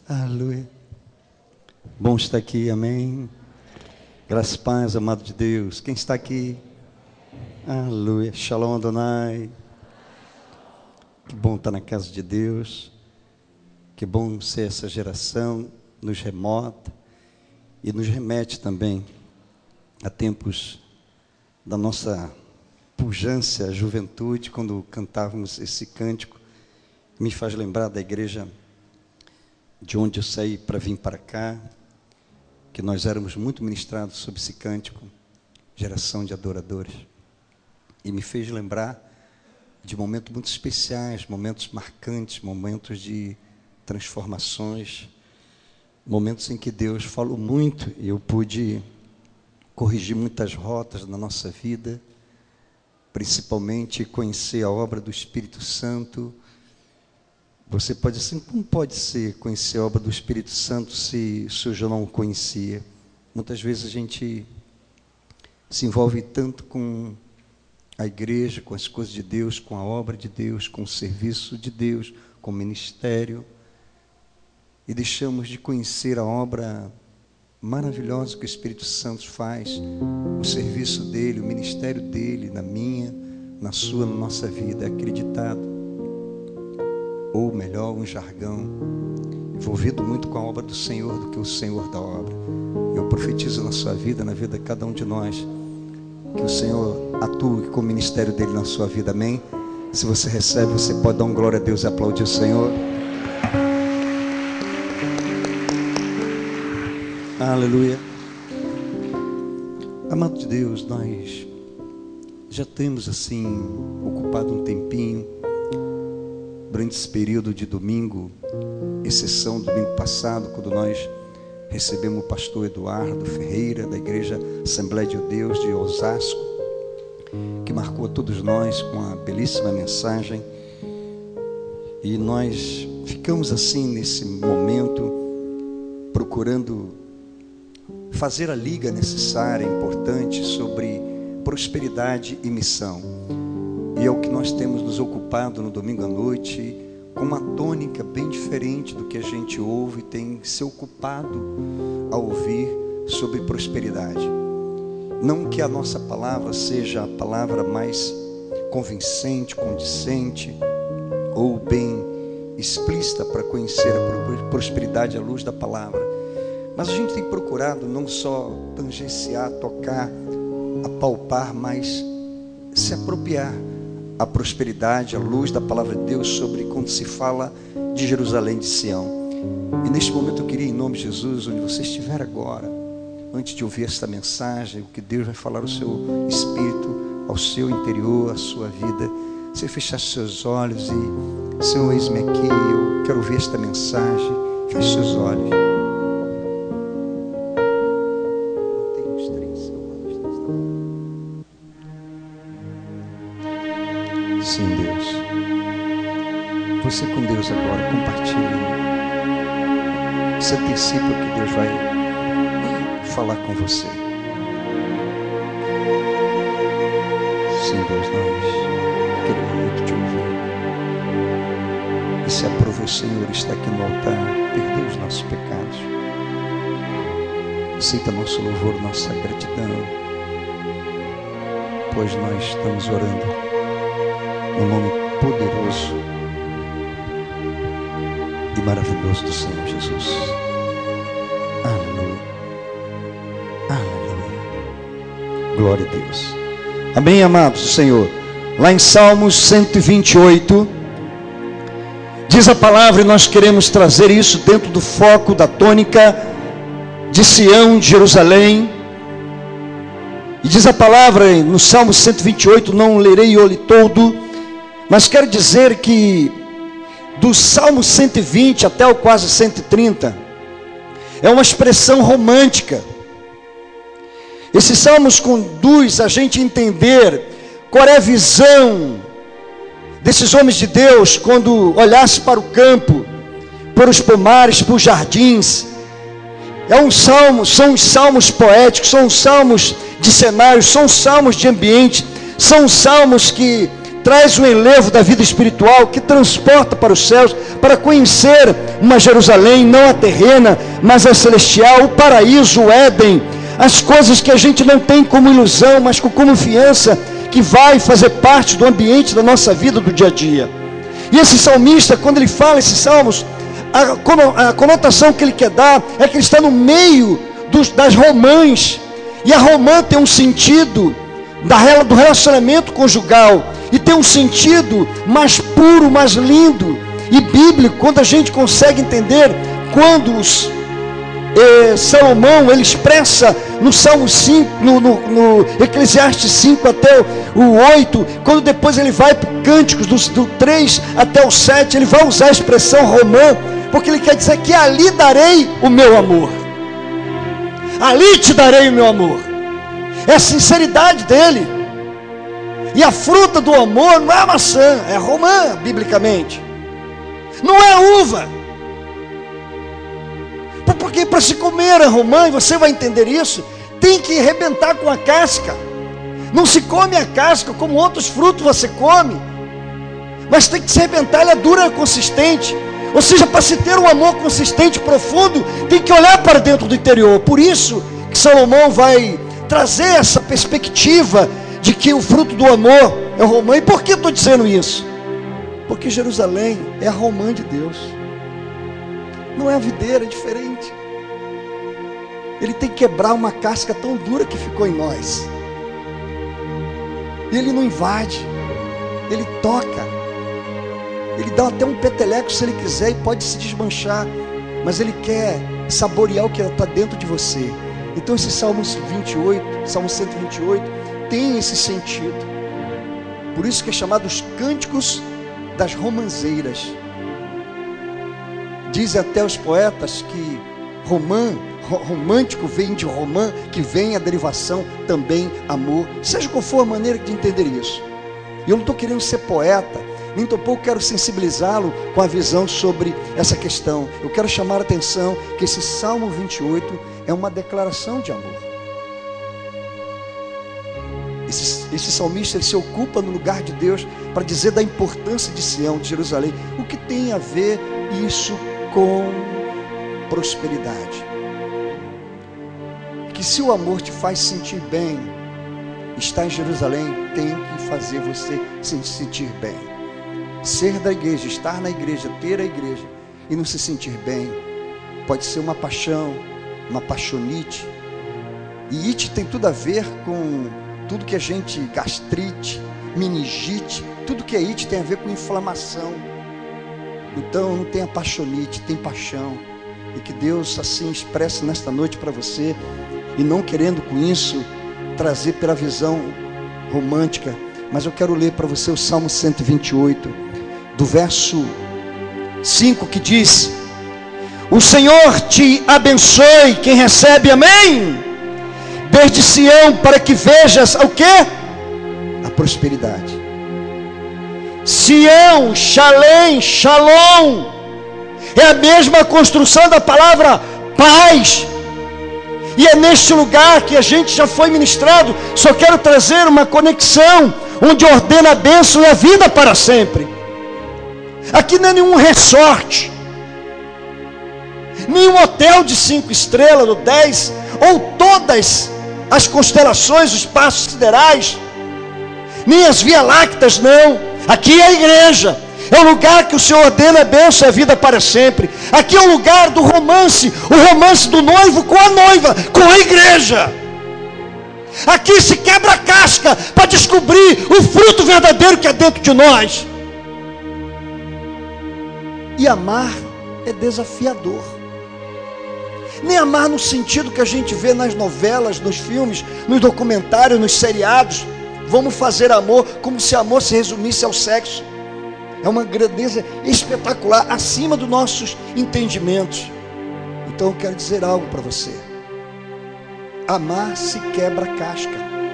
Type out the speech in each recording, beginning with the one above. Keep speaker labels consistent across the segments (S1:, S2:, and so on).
S1: Aleluia. Bom estar aqui, amém. Graças e paz, amado de Deus. Quem está aqui? Aleluia. Shalom Adonai. Que bom estar na casa de Deus. Que bom ser essa geração, nos remota e nos remete também a tempos da nossa pujança, juventude, quando cantávamos esse cântico. Me faz lembrar da igreja de onde eu saí para vir para cá, que nós éramos muito ministrados sobre esse cântico, geração de adoradores. E me fez lembrar de momentos muito especiais, momentos marcantes, momentos de transformações, momentos em que Deus falou muito e eu pude corrigir muitas rotas na nossa vida, principalmente conhecer a obra do Espírito Santo. Você pode dizer assim, como pode ser conhecer a obra do Espírito Santo se eu já não o conhecia? Muitas vezes a gente se envolve tanto com a igreja, com as coisas de Deus, com a obra de Deus, com o serviço de Deus, com o ministério, e deixamos de conhecer a obra maravilhosa que o Espírito Santo faz, o serviço dele, o ministério dele, na minha, na sua, na nossa vida, acreditado. Ou melhor, um jargão, envolvido muito com a obra do Senhor do que o Senhor da obra. Eu profetizo na sua vida, na vida de cada um de nós, que o Senhor atue com o ministério dele na sua vida, amém? Se você recebe, você pode dar um glória a Deus e aplaudir o Senhor. Aleluia. Amado de Deus, nós já temos assim ocupado um tempinho durante esse período de domingo, exceção do domingo passado, quando nós recebemos o pastor Eduardo Ferreira, da Igreja Assembleia de Deus de Osasco, que marcou a todos nós com uma belíssima mensagem. E nós ficamos assim nesse momento, procurando fazer a liga necessária, importante, sobre prosperidade e missão. E é o que nós temos nos ocupado no domingo à noite, com uma tônica bem diferente do que a gente ouve e tem se ocupado a ouvir sobre prosperidade. Não que a nossa palavra seja a palavra mais convincente, condizente ou bem explícita para conhecer a prosperidade à luz da palavra, mas a gente tem procurado não só tangenciar, tocar, apalpar, mas se apropriar a prosperidade, a luz da palavra de Deus sobre quando se fala de Jerusalém, de Sião. E neste momento eu queria, em nome de Jesus, onde você estiver agora, antes de ouvir esta mensagem, o que Deus vai falar ao seu espírito, ao seu interior, à sua vida, você fechar seus olhos e, Senhor, eis-me aqui, eu quero ouvir esta mensagem. Feche seus olhos. Sim, Deus. Você com Deus agora, compartilhe. Você antecipa o que Deus vai falar com você. Sim, Deus, nós queremos muito te ouvir. E se aprova o Senhor está aqui no altar, perdoa os nossos pecados. Aceita nosso louvor, nossa gratidão, pois nós estamos orando no nome poderoso e maravilhoso do Senhor Jesus. Aleluia. Aleluia. Glória a Deus. Amém, amados do Senhor. Lá em Salmos 128, diz a palavra, e nós queremos trazer isso dentro do foco da tônica de Sião, de Jerusalém. E diz a palavra no Salmo 128, não lerei o todo, mas quero dizer que do Salmo 120 até o quase 130, é uma expressão romântica. Esses salmos conduz a gente a entender qual é a visão desses homens de Deus quando olhasse para o campo, para os pomares, para os jardins. É um salmo, são os salmos poéticos, são os salmos de cenários, são os salmos de ambiente, são os salmos que traz o enlevo da vida espiritual, que transporta para os céus, para conhecer uma Jerusalém, não a terrena, mas a celestial, o paraíso, o Éden, as coisas que a gente não tem como ilusão, mas com confiança, que vai fazer parte do ambiente da nossa vida do dia a dia. E esse salmista, quando ele fala esses salmos, a conotação que ele quer dar é que ele está no meio das romãs, e a romã tem um sentido do relacionamento conjugal, e tem um sentido mais puro, mais lindo e bíblico, quando a gente consegue entender, quando Salomão, ele expressa no Salmo 5, no Eclesiastes 5 até o 8, quando depois ele vai para Cânticos do 3 até o 7, ele vai usar a expressão romã, porque ele quer dizer que ali darei o meu amor, ali te darei o meu amor. É a sinceridade dele. E a fruta do amor não é a maçã, é a romã, biblicamente. Não é a uva. Porque para se comer a romã, e você vai entender isso, tem que arrebentar com a casca. Não se come a casca como outros frutos você come, mas tem que se arrebentar, ela é dura e consistente. Ou seja, para se ter um amor consistente, profundo, tem que olhar para dentro do interior. Por isso que Salomão vai trazer essa perspectiva de que o fruto do amor é o romã. E por que eu estou dizendo isso? Porque Jerusalém é a romã de Deus. Não é a videira, é diferente. Ele tem que quebrar uma casca tão dura que ficou em nós. E ele não invade, ele toca, ele dá até um peteleco se ele quiser e pode se desmanchar, mas ele quer saborear o que está dentro de você. Então esse Salmo 128 tem esse sentido. Por isso que é chamado os cânticos das romanzeiras. Dizem até os poetas que romântico vem de romã, que vem a derivação também amor. Seja qual for a maneira de entender isso. E eu não estou querendo ser poeta, nem tampouco quero sensibilizá-lo com a visão sobre essa questão. Eu quero chamar a atenção que esse Salmo 28 é uma declaração de amor. Esse salmista, ele se ocupa no lugar de Deus para dizer da importância de Sião, de Jerusalém. O que tem a ver isso com prosperidade? Que se o amor te faz sentir bem, estar em Jerusalém tem que fazer você se sentir bem. Ser da igreja, estar na igreja, ter a igreja e não se sentir bem, pode ser uma paixão, uma paixonite. E it tem tudo a ver com tudo que a gente, gastrite, meningite, tudo que é it tem a ver com inflamação. Então não tem a paixonite, tem paixão. E que Deus assim expresse nesta noite para você, e não querendo com isso trazer pela visão romântica, mas eu quero ler para você o Salmo 128, do verso 5, que diz: o Senhor te abençoe, quem recebe, amém, desde Sião, para que vejas o quê? A prosperidade. Sião, Shalem, Shalom, é a mesma construção da palavra paz. E é neste lugar que a gente já foi ministrado. Só quero trazer uma conexão, onde ordena a bênção e a vida para sempre. Aqui não é nenhum resort, nenhum hotel de 5 estrelas, ou 10, ou todas as constelações, os espaços siderais, nem as Via Lácteas, não. Aqui é a igreja. É o lugar que o Senhor ordena a bênção e a vida para sempre. Aqui é o lugar do romance, o romance do noivo com a noiva, com a igreja. Aqui se quebra a casca para descobrir o fruto verdadeiro que é dentro de nós. E amar é desafiador. Nem amar no sentido que a gente vê nas novelas, nos filmes, nos documentários, nos seriados. Vamos fazer amor como se amor se resumisse ao sexo. É uma grandeza espetacular, acima dos nossos entendimentos. Então eu quero dizer algo para você. Amar se quebra a casca.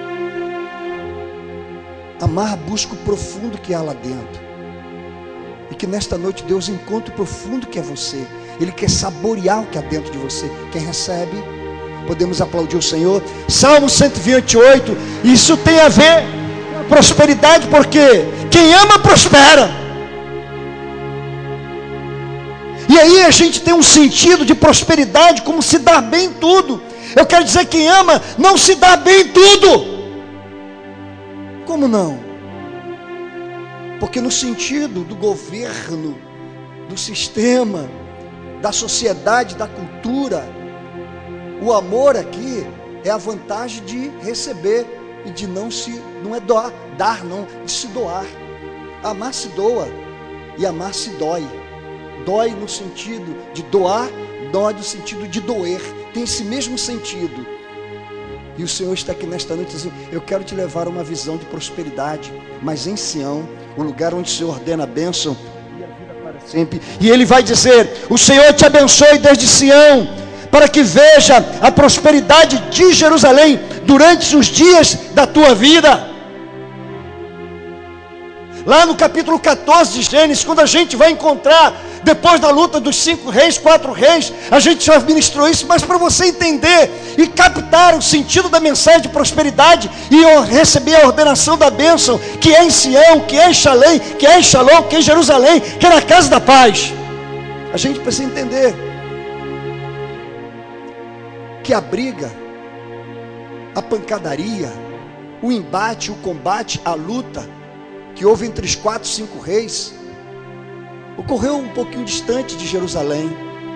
S1: Amar busca o profundo que há lá dentro. E que nesta noite Deus encontre o profundo que é você. Ele quer saborear o que há dentro de você. Quem recebe, podemos aplaudir o Senhor. Salmo 128, isso tem a ver com prosperidade, porque Quem ama prospera. E aí a gente tem um sentido de prosperidade como se dar bem em tudo. Eu quero dizer, quem ama não se dá bem em tudo. Como não? Porque no sentido do governo, do sistema, da sociedade, da cultura, o amor aqui é a vantagem de receber e de não é doar, dar não, de se doar. Amar se doa e amar se dói. Dói no sentido de doar, dói no sentido de doer. Tem esse mesmo sentido. E o Senhor está aqui nesta noite dizendo: eu quero te levar a uma visão de prosperidade, mas em Sião, o lugar onde o Senhor ordena a bênção e a vida para sempre. E Ele vai dizer: o Senhor te abençoe desde Sião, para que veja a prosperidade de Jerusalém durante os dias da tua vida. Lá no capítulo 14 de Gênesis, quando a gente vai encontrar, depois da luta dos 5 reis, 4 reis, a gente já ministrou isso, mas para você entender e captar o sentido da mensagem de prosperidade e receber a ordenação da bênção, que é em Sião, que é em Shalem, que é em Shalom, que é em Jerusalém, que é na casa da paz, a gente precisa entender que a briga, a pancadaria, o embate, o combate, a luta que houve entre os 4 e 5 reis, ocorreu um pouquinho distante de Jerusalém.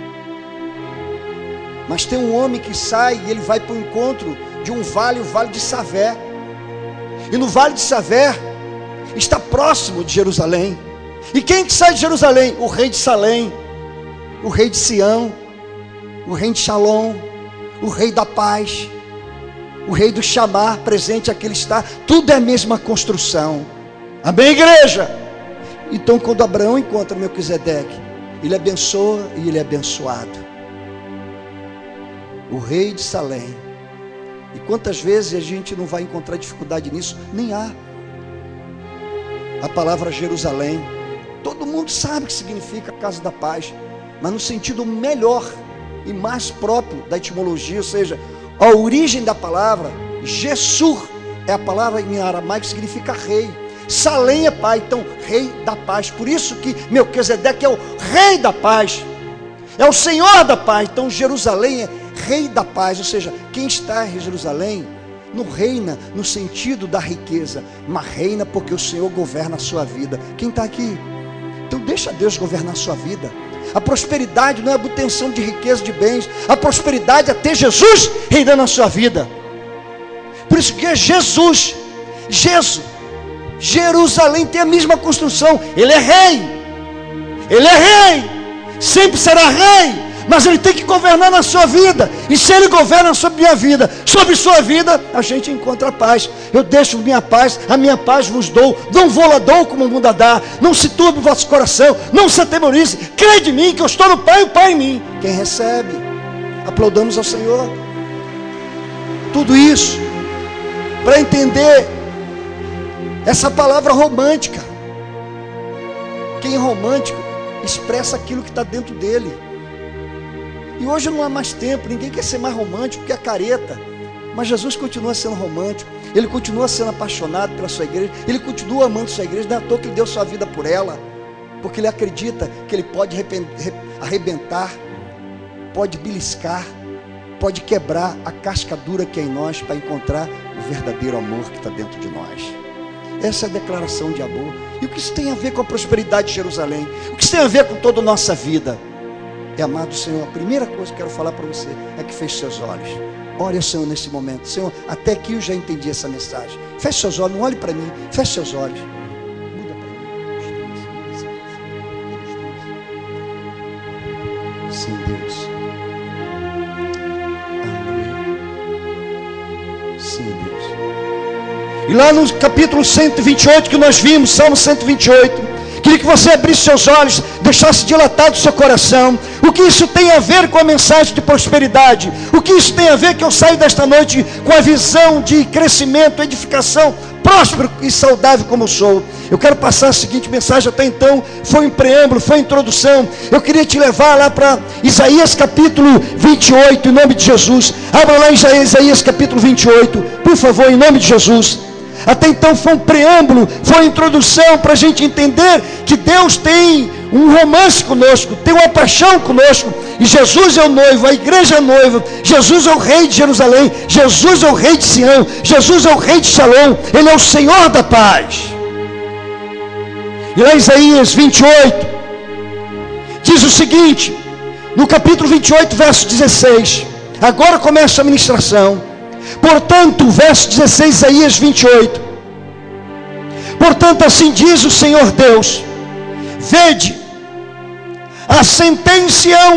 S1: Mas tem um homem que sai e ele vai para o encontro de um vale, o vale de Savé. E no vale de Savé está próximo de Jerusalém. E quem que sai de Jerusalém? O rei de Salém, o rei de Sião, o rei de Shalom, o rei da paz, o rei do Chamar, presente aqui ele está. Tudo é a mesma construção. Amém, igreja? Então quando Abraão encontra Melquisedeque, ele abençoa e ele é abençoado. O rei de Salém. E quantas vezes a gente não vai encontrar dificuldade nisso? Nem há. A palavra Jerusalém, todo mundo sabe o que significa casa da paz, mas no sentido melhor e mais próprio da etimologia, ou seja, a origem da palavra Jesur é a palavra em aramaico que significa rei. Salém é pai, então rei da paz. Por isso que Melquisedeque é o rei da paz, é o Senhor da paz. Então Jerusalém é rei da paz, ou seja, quem está em Jerusalém não reina no sentido da riqueza, mas reina porque o Senhor governa a sua vida. Quem está aqui? Então deixa Deus governar a sua vida. A prosperidade não é a obtenção de riqueza, de bens. A prosperidade é ter Jesus reinando na sua vida. Por isso que é Jesus, Jerusalém tem a mesma construção. Ele é rei, sempre será rei, mas ele tem que governar na sua vida. E se ele governa sobre minha vida, sobre sua vida, a gente encontra a paz. Eu deixo minha paz, a minha paz vos dou, não vou lá dou como o mundo a dá. Não se turbe o vosso coração, não se atemorize, crê de mim que eu estou no Pai e o Pai em mim. Quem recebe, aplaudamos ao Senhor. Tudo isso para entender essa palavra romântica. Quem é romântico expressa aquilo que está dentro dele. E hoje não há mais tempo, ninguém quer ser mais romântico que a careta. Mas Jesus continua sendo romântico, ele continua sendo apaixonado pela sua igreja, ele continua amando sua igreja. Não é à toa que ele deu sua vida por ela, porque ele acredita que ele pode arrebentar, pode beliscar, pode quebrar a casca dura que é em nós para encontrar o verdadeiro amor que está dentro de nós. Essa é a declaração de amor. E o que isso tem a ver com a prosperidade de Jerusalém? O que isso tem a ver com toda a nossa vida? É amar do Senhor. A primeira coisa que eu quero falar para você é que feche seus olhos. Ore ao Senhor nesse momento. Senhor, até aqui eu já entendi essa mensagem. Feche seus olhos, não olhe para mim. Feche seus olhos. Muda para mim. Sim, Deus. Aleluia. Sim, Deus. E lá no capítulo 128 que nós vimos, Salmo 128, queria que você abrisse seus olhos, deixasse dilatado o seu coração. O que isso tem a ver com a mensagem de prosperidade? O que isso tem a ver que eu saio desta noite com a visão de crescimento, edificação, próspero e saudável como eu sou? Eu quero passar a seguinte mensagem. Até então foi um preâmbulo, foi uma introdução. Eu queria te levar lá para Isaías capítulo 28, em nome de Jesus. Abra lá em Isaías capítulo 28, por favor, em nome de Jesus. Até então foi um preâmbulo, foi uma introdução para a gente entender que Deus tem um romance conosco, tem uma paixão conosco, e Jesus é o noivo, a igreja é a noiva, Jesus é o rei de Jerusalém, Jesus é o rei de Sião, Jesus é o rei de Shalom, Ele é o Senhor da paz. E lá em Isaías 28, diz o seguinte, no capítulo 28, verso 16, agora começa a ministração. Portanto, verso 16, Isaías 28, portanto, assim diz o Senhor Deus: vede, assentei em Sião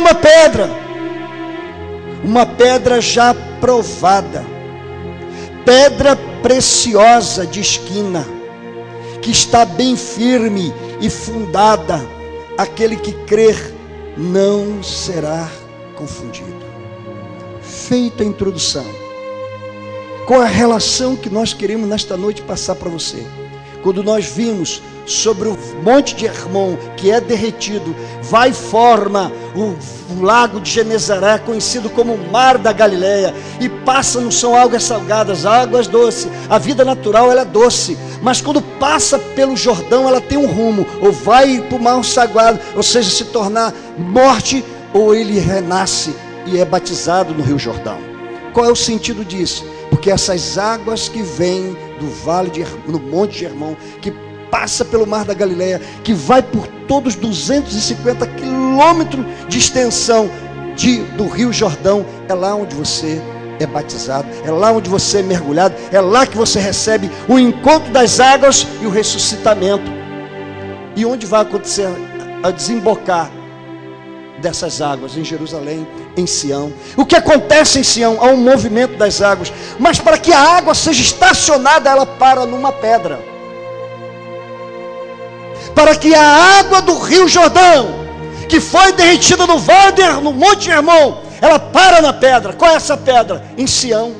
S1: uma pedra já provada, pedra preciosa de esquina, que está bem firme e fundada, aquele que crer não será confundido. Feita a introdução, qual a relação que nós queremos nesta noite passar para você? Quando nós vimos sobre o monte de Hermon, que é derretido, vai e forma o lago de Genezaré, conhecido como o mar da Galileia, e passa, não são águas salgadas, águas doces. A vida natural ela é doce, mas quando passa pelo Jordão, ela tem um rumo, ou vai para o mar sagrado, ou seja, se tornar morte, ou ele renasce e é batizado no Rio Jordão. Qual é o sentido disso? Porque essas águas que vêm do vale no monte de Hermon, que passa pelo mar da Galileia, que vai por todos 250 quilômetros de extensão do Rio Jordão, é lá onde você é batizado, é lá onde você é mergulhado, é lá que você recebe o encontro das águas e o ressuscitamento. E onde vai acontecer a desembocar dessas águas? Em Jerusalém, em Sião. O que acontece em Sião? Há um movimento das águas, mas para que a água seja estacionada, ela para numa pedra. Para que a água do Rio Jordão, que foi derretida no monte Hermon, ela para na pedra. Qual é essa pedra? Em Sião.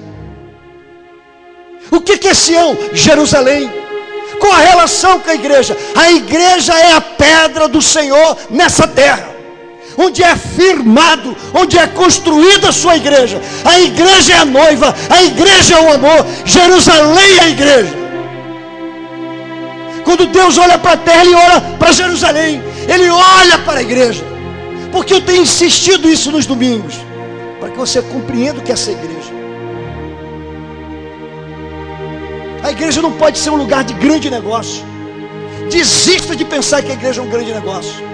S1: O que é Sião? Jerusalém. Qual a relação com a igreja? A igreja é a pedra do Senhor nessa terra, onde é firmado, onde é construída a sua igreja. A igreja é a noiva, a igreja é o amor, Jerusalém é a igreja. Quando Deus olha para a terra, Ele olha para Jerusalém, Ele olha para a igreja. Porque eu tenho insistido isso nos domingos, para que você compreenda o que é essa igreja. A igreja não pode ser um lugar de grande negócio. Desista de pensar que a igreja é um grande negócio.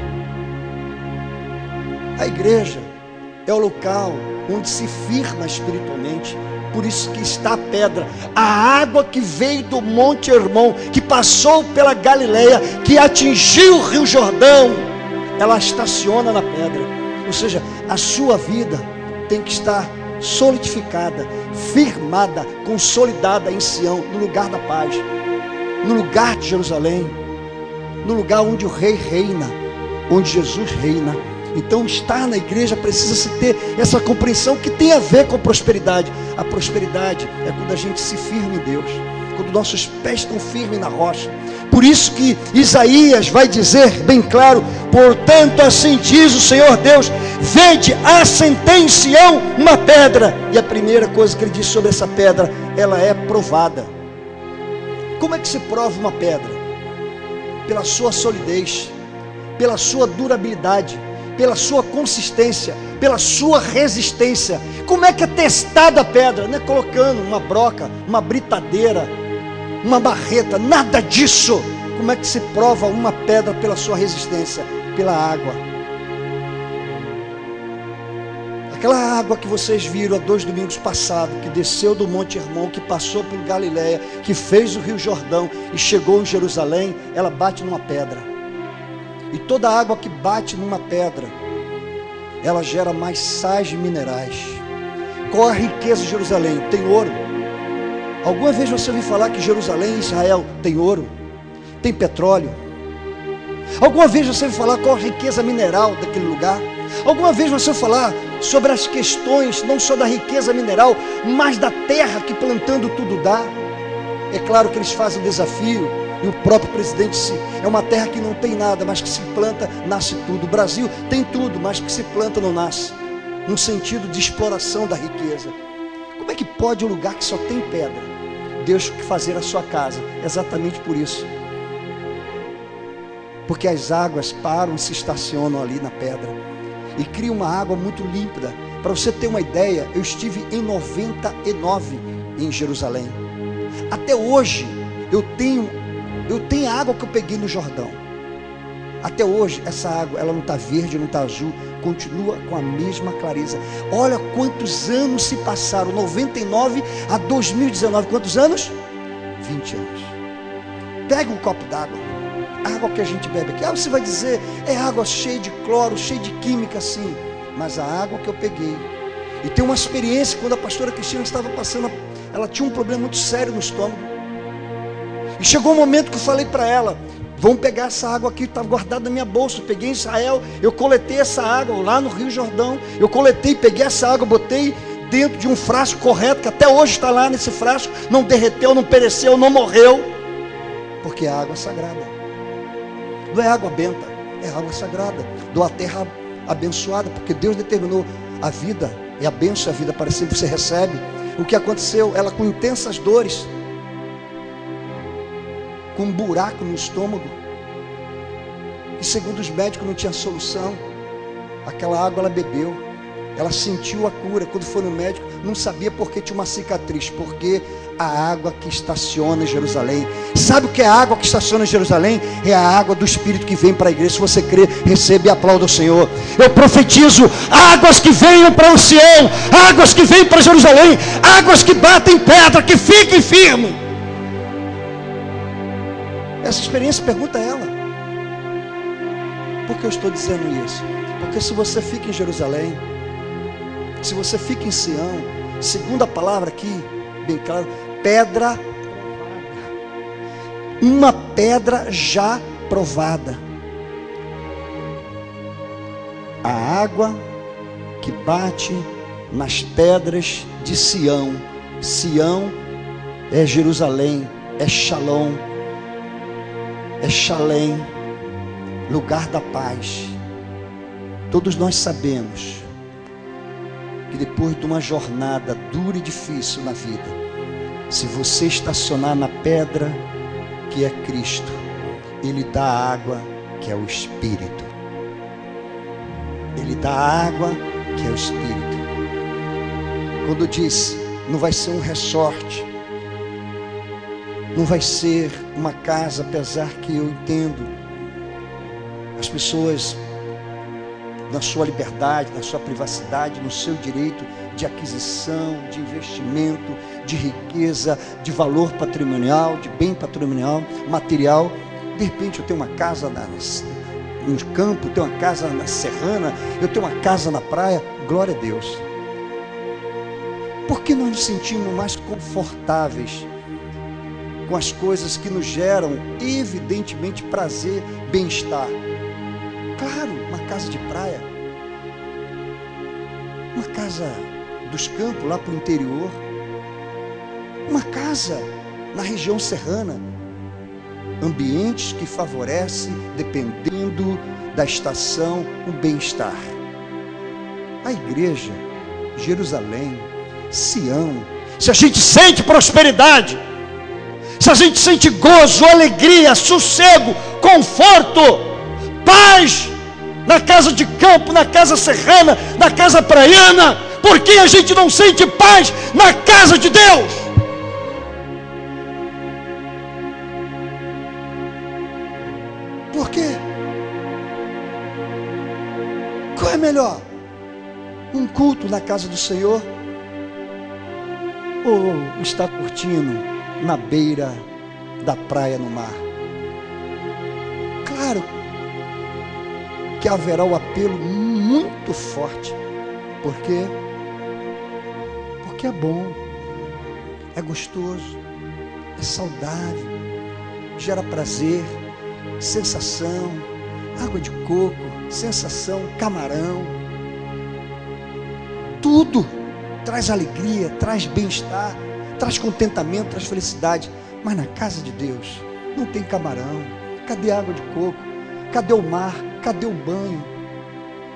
S1: A igreja é o local onde se firma espiritualmente. Por isso que está a pedra. A água que veio do monte Hermon, que passou pela Galileia, que atingiu o Rio Jordão, ela estaciona na pedra. Ou seja, a sua vida tem que estar solidificada, firmada, consolidada em Sião, no lugar da paz, no lugar de Jerusalém, no lugar onde o rei reina, onde Jesus reina. Então estar na igreja precisa se ter essa compreensão que tem a ver com prosperidade. A prosperidade é quando a gente se firma em Deus, quando nossos pés estão firmes na rocha. Por isso que Isaías vai dizer bem claro: portanto assim diz o Senhor Deus, vede, assentei em Sião uma pedra. E a primeira coisa que ele diz sobre essa pedra, ela é provada. Como é que se prova uma pedra? Pela sua solidez, pela sua durabilidade, pela sua consistência, pela sua resistência. Como é que é testada a pedra? Não é colocando uma broca, uma britadeira, uma barreta, nada disso. Como é que se prova uma pedra pela sua resistência? Pela água. Aquela água que vocês viram há 2 domingos passados, que desceu do monte Hermon, que passou por Galileia, que fez o Rio Jordão e chegou em Jerusalém, ela bate numa pedra. E toda água que bate numa pedra, ela gera mais sais minerais. Qual a riqueza de Jerusalém? Tem ouro. Alguma vez você ouviu falar que Jerusalém, Israel, tem ouro? Tem petróleo? Alguma vez você ouviu falar qual a riqueza mineral daquele lugar? Alguma vez você ouviu falar sobre as questões, não só da riqueza mineral, mas da terra que plantando tudo dá? É claro que eles fazem desafio, e o próprio presidente disse: é uma terra que não tem nada, mas que se planta, nasce tudo. O Brasil tem tudo, mas que se planta, não nasce. No sentido de exploração da riqueza. Como é que pode um lugar que só tem pedra, Deus fazer a sua casa, exatamente por isso. Porque as águas param e se estacionam ali na pedra e cria uma água muito límpida. Para você ter uma ideia, eu estive em 99 em Jerusalém. Até hoje eu tenho a água que eu peguei no Jordão. Até hoje essa água, ela não está verde, não está azul, continua com a mesma clareza. Olha quantos anos se passaram, 99 a 2019, quantos anos? 20 anos. Pega um copo d'água, a água que a gente bebe aqui. Você vai dizer, é água cheia de cloro, cheia de química, sim. Mas a água que eu peguei, e tem uma experiência, quando a pastora Cristina estava passando, ela tinha um problema muito sério no estômago, e chegou um momento que eu falei para ela, vamos pegar essa água aqui, estava guardada na minha bolsa. Eu peguei em Israel, eu coletei essa água lá no Rio Jordão, eu coletei, peguei essa água, botei dentro de um frasco correto, que até hoje está lá nesse frasco, não derreteu, não pereceu, não morreu, porque é água sagrada. Não é água benta, é água sagrada, do a terra abençoada, porque Deus determinou a vida, e a bênção e a vida para sempre você recebe. O que aconteceu? Ela com intensas dores, com um buraco no estômago, e segundo os médicos não tinha solução. Aquela água ela bebeu, ela sentiu a cura. Quando foi no médico, não sabia porque tinha uma cicatriz, porque a água que estaciona em Jerusalém. Sabe o que é a água que estaciona em Jerusalém? É a água do Espírito que vem para a igreja. Se você crê, recebe e aplauda o Senhor. Eu profetizo águas que venham para o Sião, águas que venham para Jerusalém, águas que batem pedra, que fiquem firmes. Essa experiência, pergunta a ela. Por que eu estou dizendo isso? Porque se você fica em Jerusalém, se você fica em Sião, segundo a palavra aqui, bem claro, pedra provada, uma pedra já provada. A água que bate nas pedras de Sião. Sião é Jerusalém, é Shalom, é Shalem, lugar da paz. Todos nós sabemos que depois de uma jornada dura e difícil na vida, se você estacionar na pedra que é Cristo, Ele dá a água que é o Espírito. Ele dá a água que é o Espírito. Quando diz, não vai ser um resort, não vai ser uma casa, apesar que eu entendo as pessoas na sua liberdade, na sua privacidade, no seu direito de aquisição, de investimento, de riqueza, de valor patrimonial, de bem patrimonial, material. De repente eu tenho uma casa no campo, eu tenho uma casa na serrana, eu tenho uma casa na praia. Glória a Deus. Por que nós nos sentimos mais confortáveis com as coisas que nos geram evidentemente prazer, bem-estar? Claro, uma casa de praia, uma casa dos campos lá para o interior, uma casa na região serrana, ambientes que favorecem, dependendo da estação, o bem-estar. A igreja, Jerusalém, Sião, se a gente sente prosperidade, se a gente sente gozo, alegria, sossego, conforto, paz, na casa de campo, na casa serrana, na casa praiana, por que a gente não sente paz na casa de Deus? Por quê? Qual é melhor? Um culto na casa do Senhor? Ou estar curtindo na beira da praia no mar? Claro que haverá um apelo muito forte. Por quê? Porque é bom, é gostoso, é saudável, gera prazer, sensação, água de coco, sensação, camarão. Tudo traz alegria, traz bem-estar, traz contentamento, traz felicidade. Mas na casa de Deus não tem camarão. Cadê a água de coco? Cadê o mar? Cadê o banho?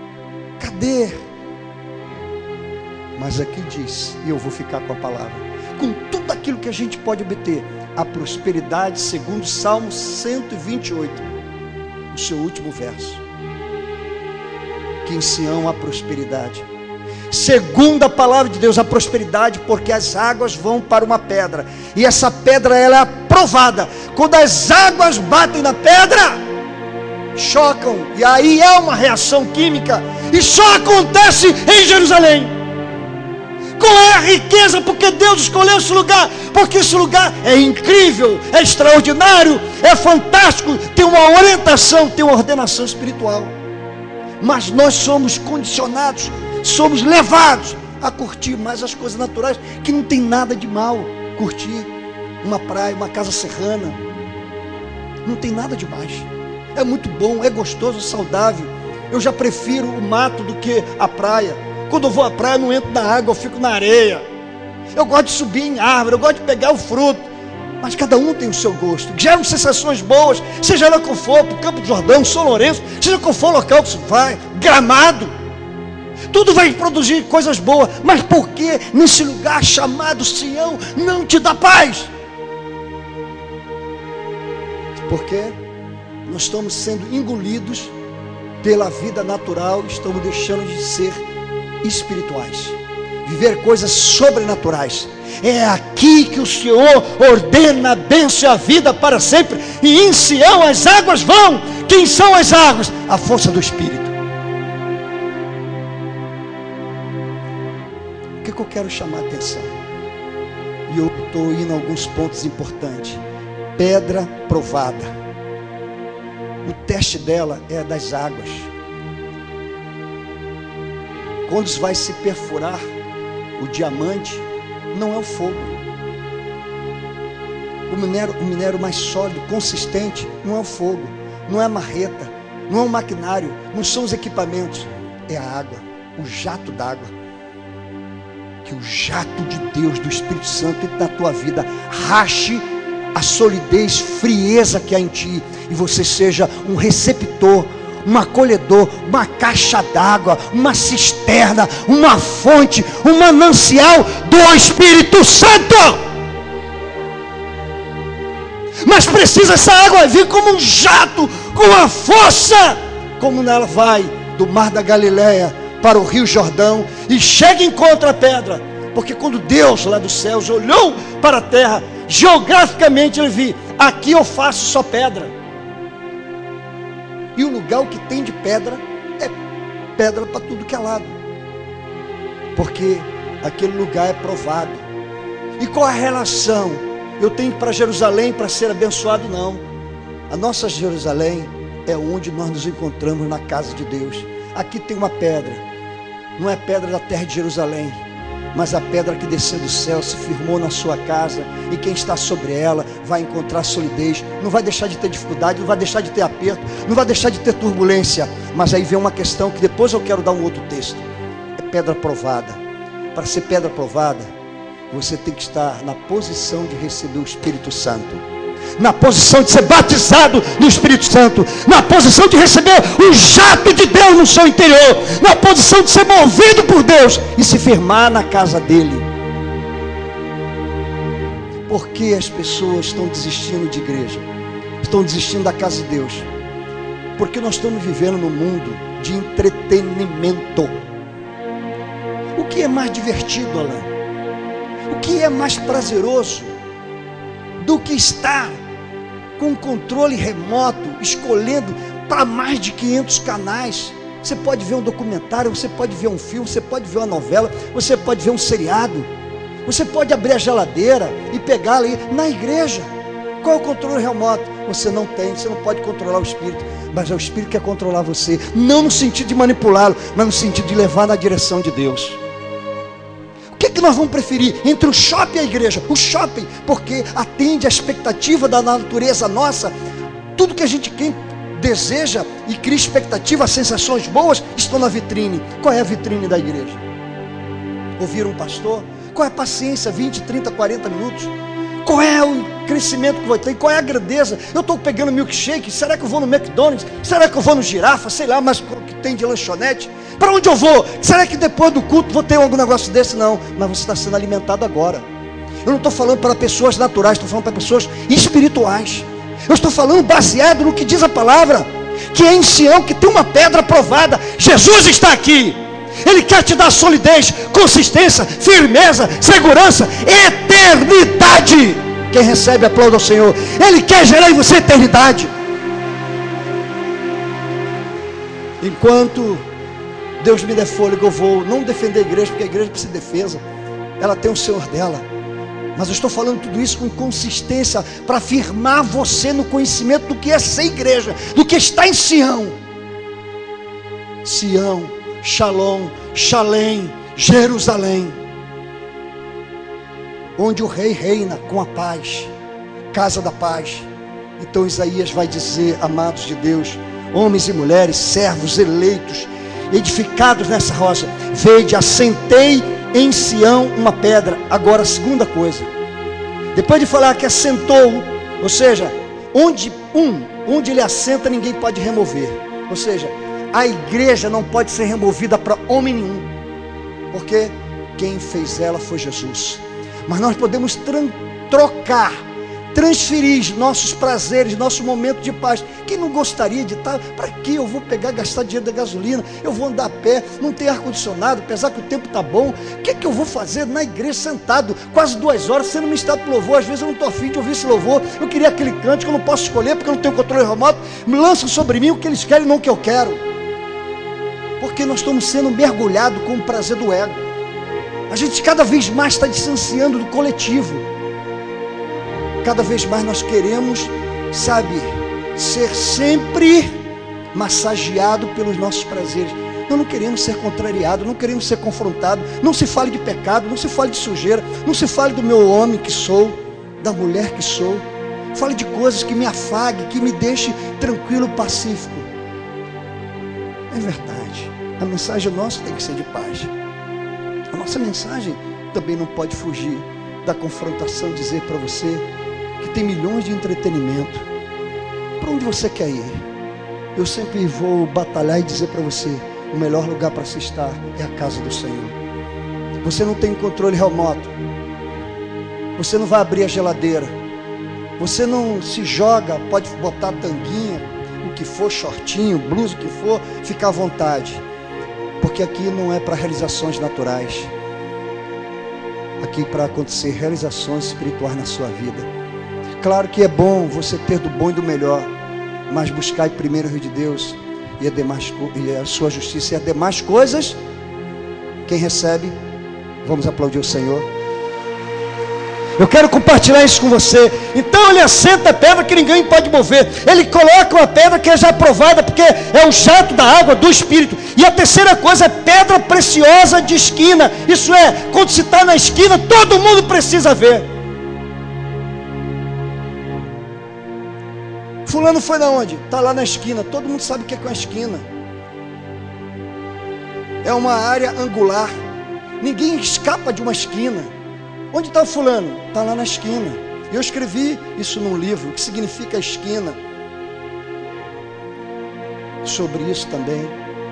S1: Cadê? Mas aqui diz, e eu vou ficar com a palavra, com tudo aquilo que a gente pode obter, a prosperidade, segundo Salmo 128, o seu último verso. Que em Sião há prosperidade. Segundo a palavra de Deus, a prosperidade, porque as águas vão para uma pedra, e essa pedra ela é provada. Quando as águas batem na pedra, chocam, e aí é uma reação química, e só acontece em Jerusalém. Qual é a riqueza? Porque Deus escolheu esse lugar, porque esse lugar é incrível, é extraordinário, é fantástico, tem uma orientação, tem uma ordenação espiritual. Mas nós somos condicionados, somos levados a curtir mais as coisas naturais, que não tem nada de mal. Curtir uma praia, uma casa serrana, não tem nada de mais. É muito bom, é gostoso, é saudável. Eu já prefiro o mato do que a praia. Quando eu vou à praia, eu não entro na água, eu fico na areia. Eu gosto de subir em árvore, eu gosto de pegar o fruto. Mas cada um tem o seu gosto. Geram sensações boas, seja lá qual for, para o Campo de Jordão, São Lourenço, seja qual for o local que você vai, Gramado. Tudo vai produzir coisas boas. Mas por que nesse lugar chamado Sião não te dá paz? Porque nós estamos sendo engolidos pela vida natural, estamos deixando de ser espirituais, viver coisas sobrenaturais. É aqui que o Senhor ordena a bênção e a vida para sempre. E em Sião as águas vão. Quem são as águas? A força do Espírito. O que eu quero chamar a atenção? E eu estou indo a alguns pontos importantes. Pedra provada. O teste dela é das águas. Quando vai se perfurar o diamante, não é o fogo. O minério mais sólido, consistente, não é o fogo, não é a marreta, não é o maquinário, não são os equipamentos, é a água, o jato d'água. Que o jato de Deus, do Espírito Santo, entre na tua vida, rache a solidez, frieza que há em ti, e você seja um receptor, um acolhedor, uma caixa d'água, uma cisterna, uma fonte, um manancial do Espírito Santo. Mas precisa essa água vir como um jato, com uma força, como ela vai do mar da Galileia para o rio Jordão e chega e encontra a pedra. Porque quando Deus lá dos céus olhou para a terra, geograficamente ele viu: aqui eu faço só pedra. E o lugar que tem de pedra é pedra para tudo que é lado, porque aquele lugar é provado. E qual a relação? Eu tenho que ir para Jerusalém para ser abençoado? Não. A nossa Jerusalém é onde nós nos encontramos, na casa de Deus. Aqui tem uma pedra, não é pedra da terra de Jerusalém, mas a pedra que desceu do céu, se firmou na sua casa, e quem está sobre ela vai encontrar solidez, não vai deixar de ter dificuldade, não vai deixar de ter aperto, não vai deixar de ter turbulência. Mas aí vem uma questão que depois eu quero dar um outro texto. É pedra provada. Para ser pedra provada, você tem que estar na posição de receber o Espírito Santo, na posição de ser batizado no Espírito Santo, na posição de receber o jato de Deus no seu interior, na posição de ser movido por Deus e se firmar na casa dele. Por que as pessoas estão desistindo de igreja? Estão desistindo da casa de Deus? Porque nós estamos vivendo num mundo de entretenimento. O que é mais divertido, Alain? O que é mais prazeroso do que estar com controle remoto, escolhendo para mais de 500 canais? Você pode ver um documentário, você pode ver um filme, você pode ver uma novela, você pode ver um seriado, você pode abrir a geladeira e pegar ali na igreja. Qual é o controle remoto? Você não tem, você não pode controlar o Espírito, mas é o Espírito que quer controlar você, não no sentido de manipulá-lo, mas no sentido de levar na direção de Deus. O que nós vamos preferir entre o shopping e a igreja? O shopping, porque atende a expectativa da natureza nossa. Tudo que a gente deseja e cria expectativa, sensações boas, estão na vitrine. Qual é a vitrine da igreja? Ouvir um pastor? Qual é a paciência? 20, 30, 40 minutos? Qual é o crescimento que vai ter? Qual é a grandeza? Eu estou pegando milkshake, será que eu vou no McDonald's? Será que eu vou no Girafa? Sei lá, mas o que tem de lanchonete? Para onde eu vou? Será que depois do culto vou ter algum negócio desse? Não, mas você está sendo alimentado agora. Eu não estou falando para pessoas naturais, estou falando para pessoas espirituais. Eu estou falando baseado no que diz a palavra, que é em Sião que tem uma pedra provada. Jesus está aqui. Ele quer te dar solidez, consistência, firmeza, segurança, eternidade. Quem recebe, aplauda ao Senhor. Ele quer gerar em você eternidade. Enquanto Deus me der fôlego, eu vou não defender a igreja, porque a igreja precisa de defesa. Ela tem o Senhor dela. Mas eu estou falando tudo isso com consistência, para afirmar você no conhecimento do que é ser igreja, do que está em Sião. Sião, Shalom, Shalem, Jerusalém, onde o rei reina com a paz, casa da paz. Então Isaías vai dizer, amados de Deus, homens e mulheres, servos eleitos, edificados nessa rocha, vede, assentei em Sião uma pedra. Agora, a segunda coisa, depois de falar que assentou, ou seja, onde ele assenta ninguém pode remover, ou seja, a igreja não pode ser removida para homem nenhum, porque quem fez ela foi Jesus. Mas nós podemos trocar, transferir nossos prazeres, nosso momento de paz. Quem não gostaria de estar? Para que eu vou gastar dinheiro da gasolina? Eu vou andar a pé, não tem ar-condicionado, apesar que o tempo está bom. O que eu vou fazer na igreja sentado quase 2 horas sendo ministrado por louvor? Às vezes eu não estou afim de ouvir esse louvor. Eu queria aquele cântico, eu não posso escolher porque eu não tenho controle remoto. Me lançam sobre mim o que eles querem, não o que eu quero. Porque nós estamos sendo mergulhados com o prazer do ego. A gente cada vez mais está distanciando do coletivo. Cada vez mais nós queremos, ser sempre massageado pelos nossos prazeres. Nós não queremos ser contrariados, não queremos ser confrontados. Não se fale de pecado, não se fale de sujeira, não se fale do meu homem que sou, da mulher que sou. Fale de coisas que me afague, que me deixe tranquilo, pacífico. É verdade, a mensagem nossa tem que ser de paz. A nossa mensagem também não pode fugir da confrontação, dizer para você que tem milhões de entretenimento. Para onde você quer ir? Eu sempre vou batalhar e dizer para você, o melhor lugar para se estar é a casa do Senhor. Você não tem controle remoto. Você não vai abrir a geladeira. Você não se joga, pode botar tanguinha, o que for, shortinho, blusa, o que for, fica à vontade. Porque aqui não é para realizações naturais. Aqui para acontecer realizações espirituais na sua vida. Claro que é bom você ter do bom e do melhor, mas buscai primeiro o reino de Deus e a sua justiça e as demais coisas. Quem recebe, vamos aplaudir o Senhor. Eu quero compartilhar isso com você. Então ele assenta a pedra que ninguém pode mover. Ele coloca uma pedra que é já aprovada, porque é o jato da água do Espírito. E a terceira coisa é pedra preciosa de esquina. Isso é, quando se está na esquina, todo mundo precisa ver. Fulano foi na onde? Está lá na esquina. Todo mundo sabe o que é uma esquina. É uma área angular. Ninguém escapa de uma esquina. Onde está o fulano? Está lá na esquina. Eu escrevi isso num livro, o que significa esquina. Sobre isso também.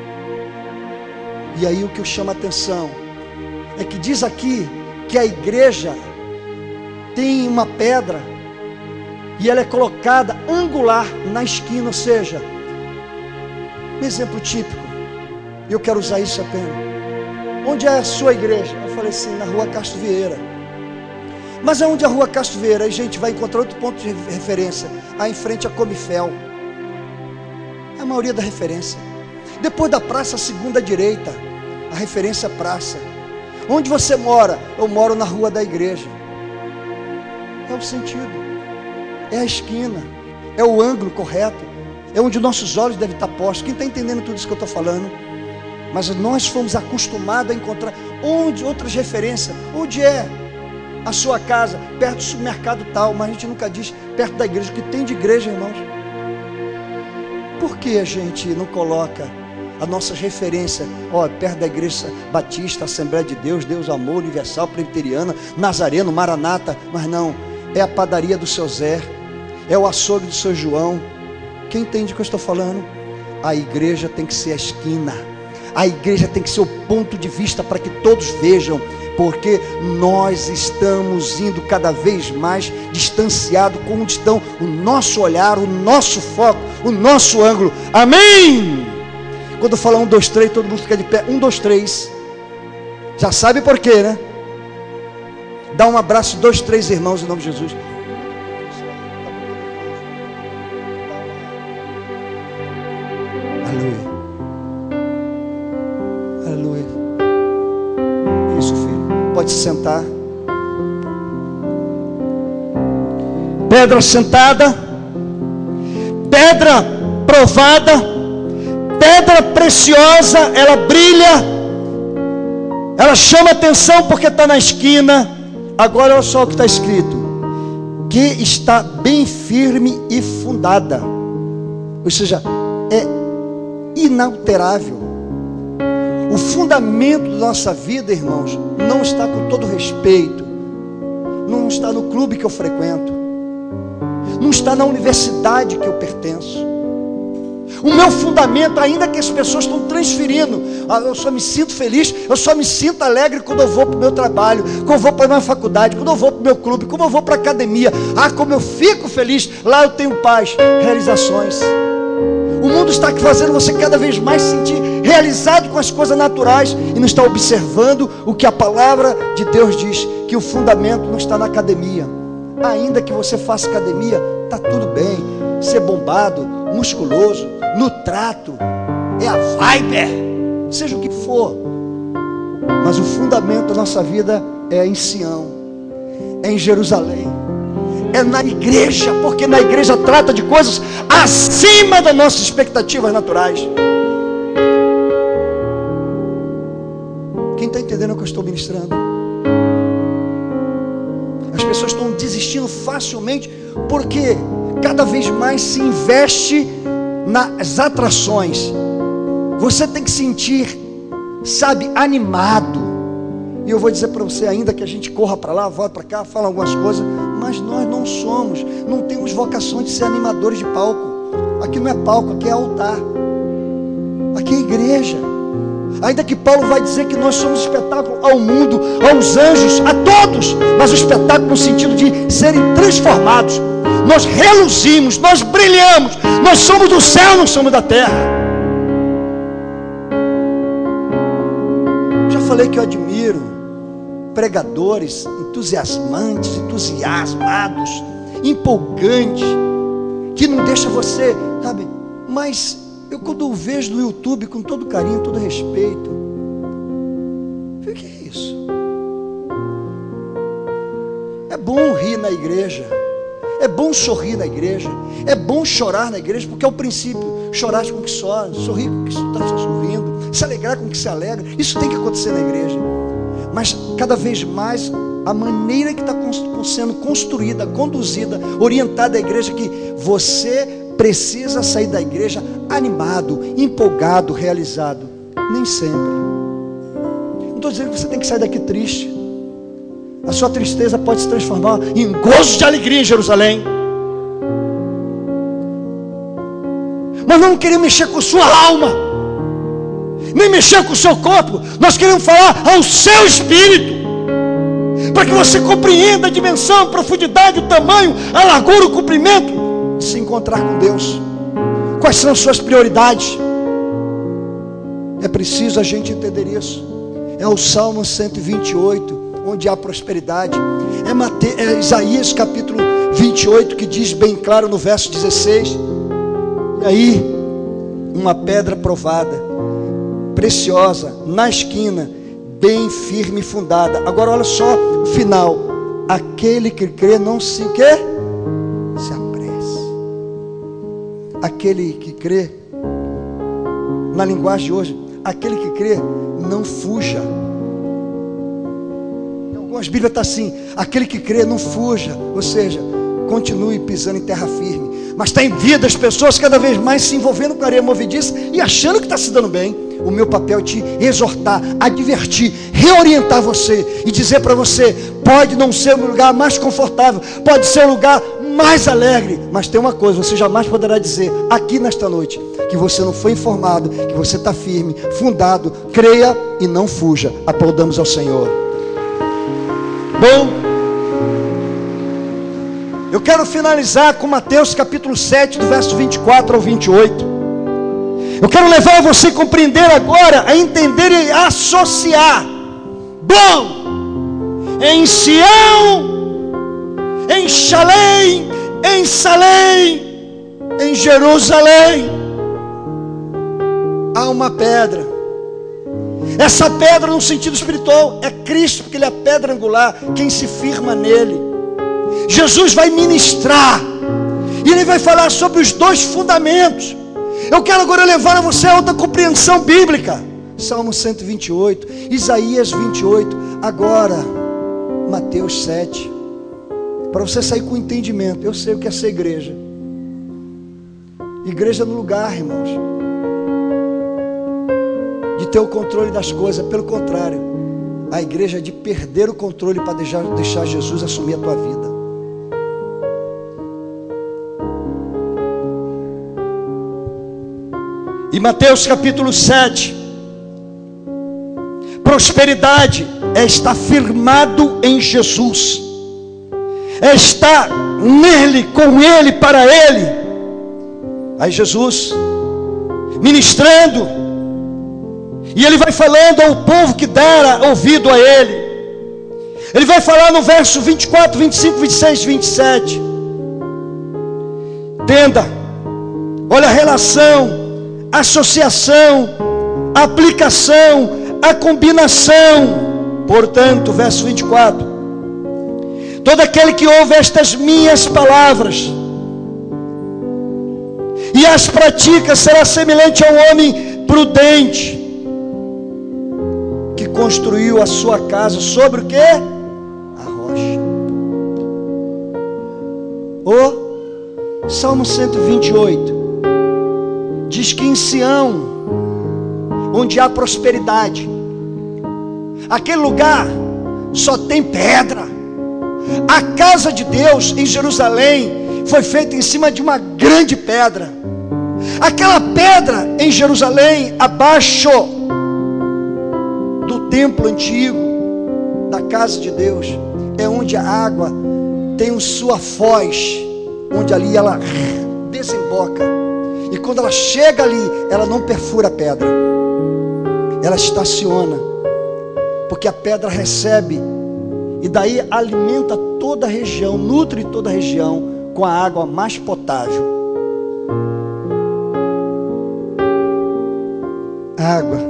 S1: E aí o que eu chamo a atenção é que diz aqui que a igreja tem uma pedra e ela é colocada angular na esquina, ou seja, um exemplo típico. Eu quero usar isso apenas. Onde é a sua igreja? Eu falei assim, na rua Castro Vieira. Mas aonde é a rua Castro Vieira? Aí a gente vai encontrar outro ponto de referência. Aí em frente a Comifel. A maioria da referência. Depois da praça, a segunda direita. A referência é praça. Onde você mora? Eu moro na rua da igreja. É o sentido. É a esquina. É o ângulo correto. É onde nossos olhos devem estar postos. Quem está entendendo tudo isso que eu estou falando? Mas nós fomos acostumados a encontrar onde outras referências. Onde é a sua casa? Perto do supermercado tal. Mas a gente nunca diz perto da igreja. O que tem de igreja, irmãos? Por que a gente não coloca a nossa referência, perto da igreja batista, Assembleia de Deus, Deus Amor, Universal, Presbiteriana, Nazareno, Maranata? Mas não, é a padaria do seu Zé, é o açougue do seu João. Quem entende o que eu estou falando? A igreja tem que ser a esquina. A igreja tem que ser o ponto de vista para que todos vejam. porque nós estamos indo cada vez mais distanciado com onde estão o nosso olhar, o nosso foco, o nosso ângulo. Amém? Quando eu falar 1, 2, 3, todo mundo fica de pé. 1, 2, 3. Já sabe por quê, né? Dá um abraço, 2, 3 irmãos, em nome de Jesus. Aleluia. Aleluia. Isso, filho. Pode se sentar. Pedra sentada, pedra provada, pedra preciosa, ela brilha, ela chama atenção porque está na esquina. Agora olha só o que está escrito: que está bem firme e fundada, ou seja, é inalterável. O fundamento da nossa vida, irmãos, não está, com todo respeito, não está no clube que eu frequento, não está na universidade que eu pertenço. O meu fundamento, ainda que as pessoas estão transferindo, eu só me sinto feliz, eu só me sinto alegre quando eu vou para o meu trabalho, quando eu vou para a minha faculdade, quando eu vou para o meu clube, quando eu vou para a academia. Como eu fico feliz, lá eu tenho paz, realizações. O mundo está fazendo você cada vez mais se sentir realizado com as coisas naturais e não está observando o que a palavra de Deus diz, que o fundamento não está na academia. Ainda que você faça academia, está tudo bem, ser bombado, musculoso, no trato, é a vibe, seja o que for, mas o fundamento da nossa vida é em Sião, é em Jerusalém, é na igreja, porque na igreja trata de coisas acima das nossas expectativas naturais. Quem está entendendo o que eu estou ministrando? As pessoas estão desistindo facilmente porque cada vez mais se investe nas atrações. Você tem que sentir, sabe, animado. E eu vou dizer para você, ainda que a gente corra para lá, volta para cá, fala algumas coisas, mas nós não temos vocação de ser animadores de palco. Aqui não é palco, aqui é altar, aqui é igreja. Ainda que Paulo vai dizer que nós somos espetáculo ao mundo, aos anjos, a todos, mas o espetáculo no sentido de serem transformados. Nós reluzimos, nós brilhamos, nós somos do céu, não somos da terra. Já falei que eu admiro pregadores entusiasmados, empolgantes, que não deixa você, sabe, mas eu quando eu vejo no YouTube, com todo carinho, todo respeito, o que é isso? É bom rir na igreja, é bom sorrir na igreja, é bom chorar na igreja, porque é o princípio: chorar com o que chora, sorrir com o que está sorrindo, se alegrar com o que se alegra. Isso tem que acontecer na igreja. Mas cada vez mais a maneira que está sendo construída, conduzida, orientada a igreja, que você precisa sair da igreja animado, empolgado, realizado. Nem sempre. Não estou dizendo que você tem que sair daqui triste. A sua tristeza pode se transformar em gozo de alegria em Jerusalém. Mas não queremos mexer com sua alma, nem mexer com o seu corpo. Nós queremos falar ao seu espírito, para que você compreenda a dimensão, a profundidade, o tamanho, a largura, o comprimento de se encontrar com Deus. Quais são as suas prioridades? É preciso a gente entender isso. É o Salmo 128, onde há prosperidade. É Isaías capítulo 28, que diz bem claro no verso 16: e aí, uma pedra provada, preciosa, na esquina, bem firme e fundada. Agora olha só o final: aquele que crê não se o quê? Se apresse. Aquele que crê, na linguagem de hoje, aquele que crê não fuja. Em algumas Bíblias está assim: aquele que crê não fuja, ou seja, continue pisando em terra firme. Mas tem vida as pessoas cada vez mais se envolvendo com a areia movediça e achando que está se dando bem. O meu papel é te exortar, advertir, reorientar você e dizer para você: pode não ser o lugar mais confortável, pode ser o lugar mais alegre, mas tem uma coisa: você jamais poderá dizer aqui nesta noite que você não foi informado, que você está firme, fundado. Creia e não fuja. Aplaudamos ao Senhor. Bom, eu quero finalizar com Mateus capítulo 7, do verso 24 ao 28. Eu quero levar você a compreender agora, a entender e a associar. Bom, em Sião, em Shalem, em Salém, em Jerusalém, há uma pedra. Essa pedra, no sentido espiritual, é Cristo, porque Ele é a pedra angular, quem se firma nele. Jesus vai ministrar, e Ele vai falar sobre os dois fundamentos. Eu quero agora levar a você a outra compreensão bíblica. Salmo 128, Isaías 28, agora Mateus 7. Para você sair com entendimento. Eu sei o que é ser igreja. Igreja no lugar, irmãos, de ter o controle das coisas. Pelo contrário, a igreja é de perder o controle para deixar Jesus assumir a tua vida. E Mateus capítulo 7, prosperidade é estar firmado em Jesus, é estar nele, com ele, para ele. Aí Jesus ministrando, e ele vai falando ao povo que dera ouvido a ele. Ele vai falar no verso 24, 25, 26, 27. Entenda, olha a relação, associação, aplicação, a combinação. Portanto, verso 24: todo aquele que ouve estas minhas palavras e as pratica será semelhante a um homem prudente que construiu a sua casa sobre o quê? A rocha. O Salmo 128 diz que em Sião, onde há prosperidade, aquele lugar só tem pedra. A casa de Deus em Jerusalém foi feita em cima de uma grande pedra. Aquela pedra em Jerusalém, abaixo do templo antigo, da casa de Deus, é onde a água tem sua foz, onde ali ela desemboca. E quando ela chega ali, ela não perfura a pedra, ela estaciona, porque a pedra recebe, e daí alimenta toda a região, nutre toda a região com a água mais potável. Água,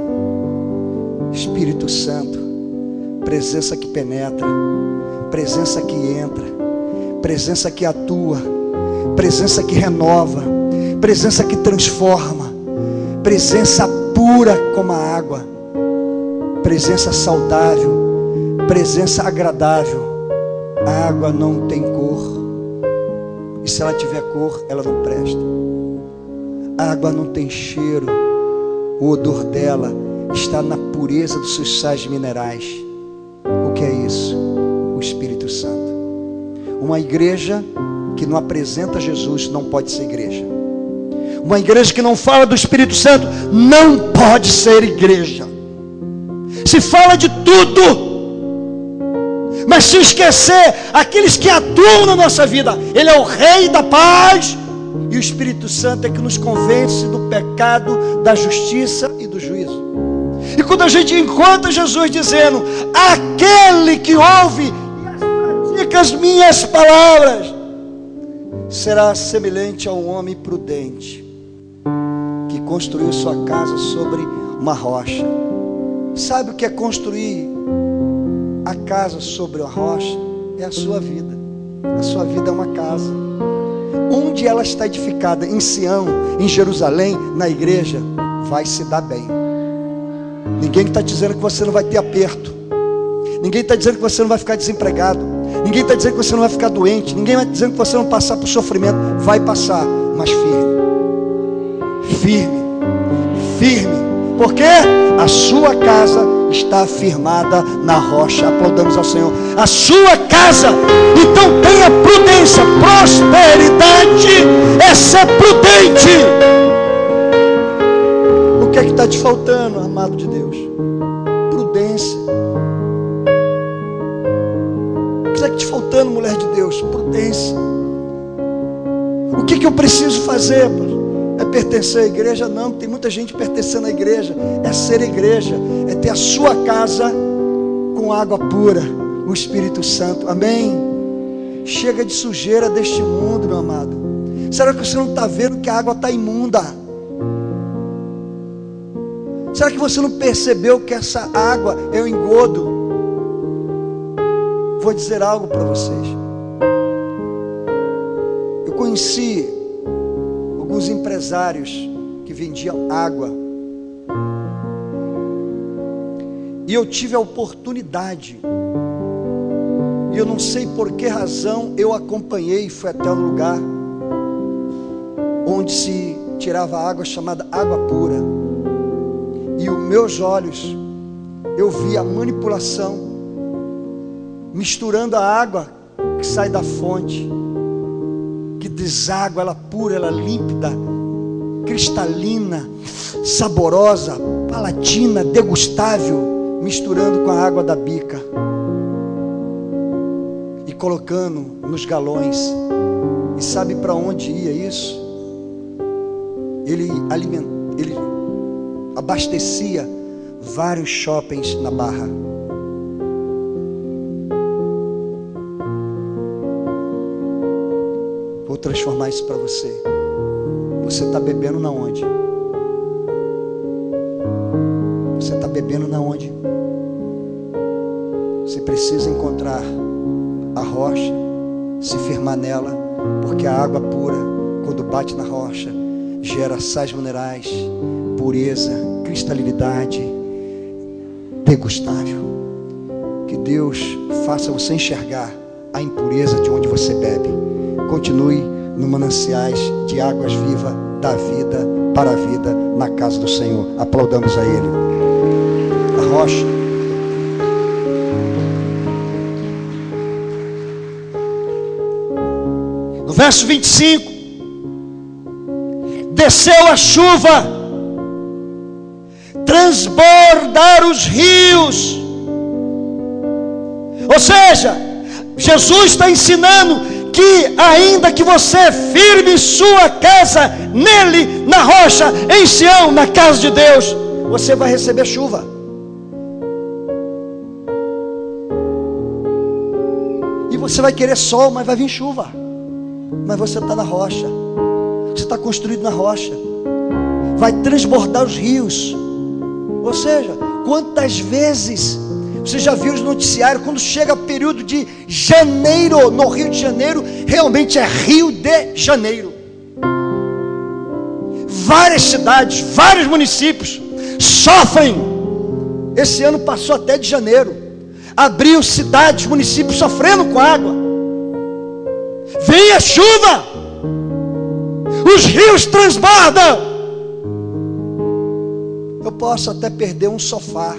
S1: Espírito Santo, presença que penetra, presença que entra, presença que atua, presença que renova, presença que transforma, presença pura como a água, presença saudável, presença agradável. A água não tem cor, e se ela tiver cor, ela não presta. A água não tem cheiro, o odor dela está na pureza dos seus sais minerais. O que é isso? O Espírito Santo. Uma igreja que não apresenta Jesus não pode ser igreja. Uma igreja que não fala do Espírito Santo não pode ser igreja. Se fala de tudo, mas se esquecer aqueles que atuam na nossa vida. Ele é o Rei da paz, e o Espírito Santo é que nos convence do pecado, da justiça e do juízo. E quando a gente encontra Jesus dizendo: aquele que ouve e pratica as minhas palavras será semelhante a um homem prudente que construiu sua casa sobre uma rocha. Sabe o que é construir a casa sobre a rocha? É a sua vida. A sua vida é uma casa. Onde ela está edificada, em Sião, em Jerusalém, na igreja, vai se dar bem. Ninguém está dizendo que você não vai ter aperto. Ninguém está dizendo que você não vai ficar desempregado. Ninguém está dizendo que você não vai ficar doente. Ninguém está dizendo que você não vai passar por sofrimento. Vai passar, mas firme. Firme. Firme. Porque a sua casa está firmada na rocha. Aplaudamos ao Senhor. A sua casa. Então tenha prudência. Prosperidade é ser prudente. O que é que está te faltando, amado de Deus? Prudência. te faltando, mulher de Deus? Prudência. O que eu preciso fazer? É pertencer à igreja? Não, tem muita gente pertencendo à igreja. É ser igreja, é ter a sua casa com água pura, o Espírito Santo. Amém? Chega de sujeira deste mundo, meu amado. Será que você não está vendo que a água está imunda? Será que você não percebeu que essa água é um engodo? Vou dizer algo para vocês. Eu conheci alguns empresários que vendiam água, e eu tive a oportunidade, e eu não sei por que razão eu acompanhei e fui até um lugar onde se tirava água chamada água pura, e os meus olhos, eu vi a manipulação, misturando a água que sai da fonte, que deságua, ela pura, ela límpida, cristalina, saborosa, palatina, degustável, misturando com a água da bica e colocando nos galões. E sabe para onde ia isso? Ele abastecia vários shoppings na Barra. Vou transformar isso para você. Você está bebendo na onde? Você está bebendo na onde? Você precisa encontrar a rocha, se firmar nela, porque a água pura, quando bate na rocha, gera sais minerais, pureza, cristalinidade, degustável. Que Deus faça você enxergar a impureza de onde você bebe. Continue no mananciais de águas vivas da vida para a vida na casa do Senhor. Aplaudamos a Ele. A rocha. No verso 25, desceu a chuva, transbordaram os rios. Ou seja, Jesus está ensinando que ainda que você firme sua casa nele, na rocha, em Sião, na casa de Deus, você vai receber chuva. E você vai querer sol, mas vai vir chuva. Mas você está na rocha. Você está construído na rocha. Vai transbordar os rios. Ou seja, quantas vezes você já viu os noticiários, quando chega o período de janeiro, no Rio de Janeiro, realmente é Rio de Janeiro. Várias cidades, vários municípios sofrem. Esse ano passou até de janeiro. Abriu cidades, municípios sofrendo com água. Vem a chuva, os rios transbordam. Eu posso até perder um sofá.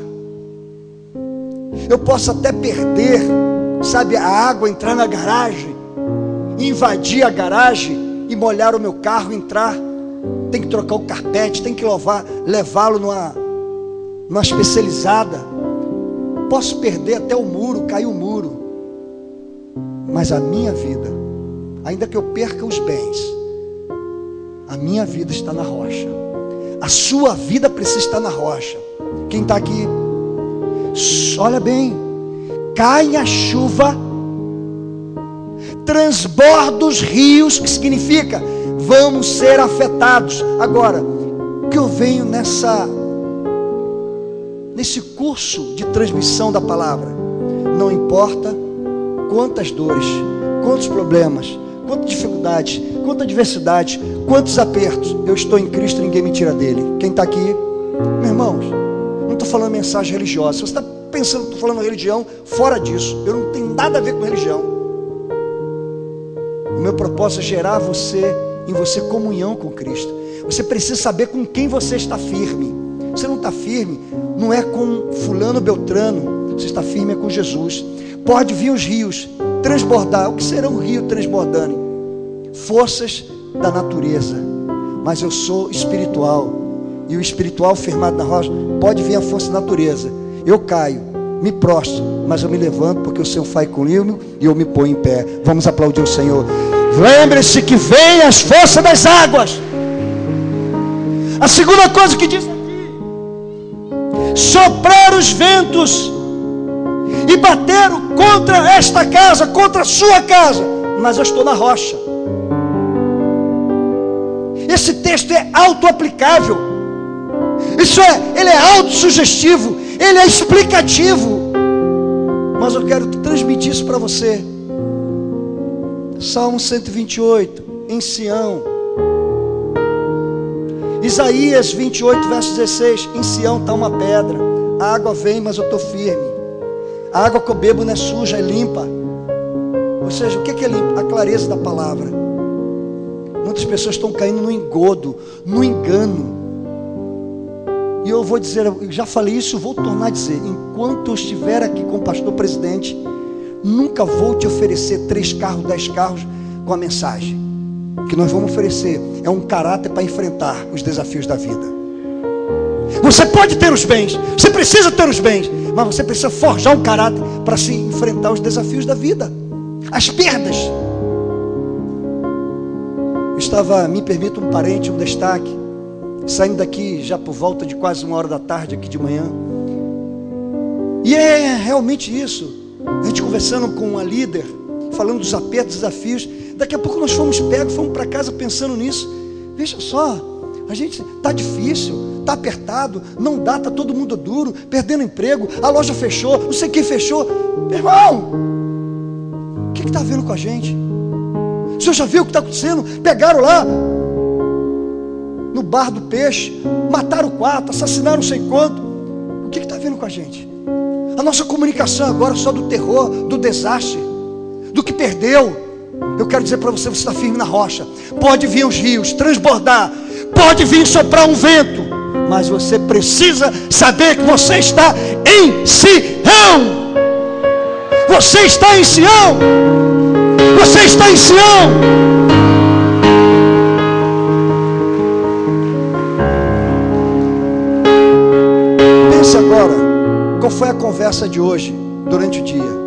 S1: Eu posso até perder, sabe, a água, entrar na garagem, invadir a garagem e molhar o meu carro, entrar. Tem que trocar o carpete, tem que levá-lo numa especializada. Posso perder até o muro, cair o muro. Mas a minha vida, ainda que eu perca os bens, a minha vida está na rocha. A sua vida precisa estar na rocha. Quem está aqui? Olha bem, cai a chuva, transborda os rios, que significa vamos ser afetados. Agora, o que eu venho nesse curso de transmissão da palavra, não importa quantas dores, quantos problemas, quantas dificuldades, quantas adversidades, quantos apertos, eu estou em Cristo, ninguém me tira dele. Quem está aqui? Meus irmãos, não estou falando mensagem religiosa. Se você está pensando que estou falando religião, fora disso, eu não tenho nada a ver com religião. O meu propósito é gerar em você comunhão com Cristo. Você precisa saber com quem você está firme. Você não está firme, não é com fulano beltrano, você está firme é com Jesus. Pode vir os rios transbordar. O que será um rio transbordando? Forças da natureza. Mas eu sou espiritual, e o espiritual firmado na rocha, pode vir a força da natureza. Eu caio, me prostro, mas eu me levanto porque o Senhor faz comigo e eu me ponho em pé. Vamos aplaudir o Senhor. Lembre-se que vem as forças das águas. A segunda coisa que diz aqui: soprar os ventos e bateram contra esta casa, contra a sua casa, mas eu estou na rocha. Esse texto é auto-aplicável. Ele é autossugestivo, ele é explicativo. Mas eu quero transmitir isso para você. Salmo 128, em Sião. Isaías 28, verso 16, em Sião está uma pedra. A água vem, mas eu estou firme. A água que eu bebo não é suja, é limpa. Ou seja, o que é limpa? A clareza da palavra. Muitas pessoas estão caindo no engodo, no engano. E eu vou dizer, eu já falei isso, vou tornar a dizer: enquanto eu estiver aqui com o pastor presidente, nunca vou te oferecer 3 carros, 10 carros com a mensagem. O que nós vamos oferecer é um caráter para enfrentar os desafios da vida. Você pode ter os bens, você precisa ter os bens, mas você precisa forjar um caráter para se enfrentar os desafios da vida, as perdas. Me permita um parente, um destaque, saindo daqui já por volta de quase 1 hora da tarde aqui de manhã. E é realmente isso. A gente conversando com uma líder, falando dos apertos, desafios. Daqui a pouco nós fomos para casa pensando nisso. Veja só, a gente está difícil, está apertado, não dá, está todo mundo duro, perdendo emprego, a loja fechou, não sei quem fechou. Meu irmão, o que está havendo com a gente? O senhor já viu o que está acontecendo? Pegaram lá no bar do peixe, mataram 4, assassinaram não sei quanto. O que está havendo com a gente? A nossa comunicação agora é só do terror, do desastre, do que perdeu. Eu quero dizer para você, você está firme na rocha. Pode vir os rios, transbordar, pode vir soprar um vento, mas você precisa saber que você está em Sião. Você está em Sião. Você está em Sião. Pense agora, qual foi a conversa de hoje, durante o dia?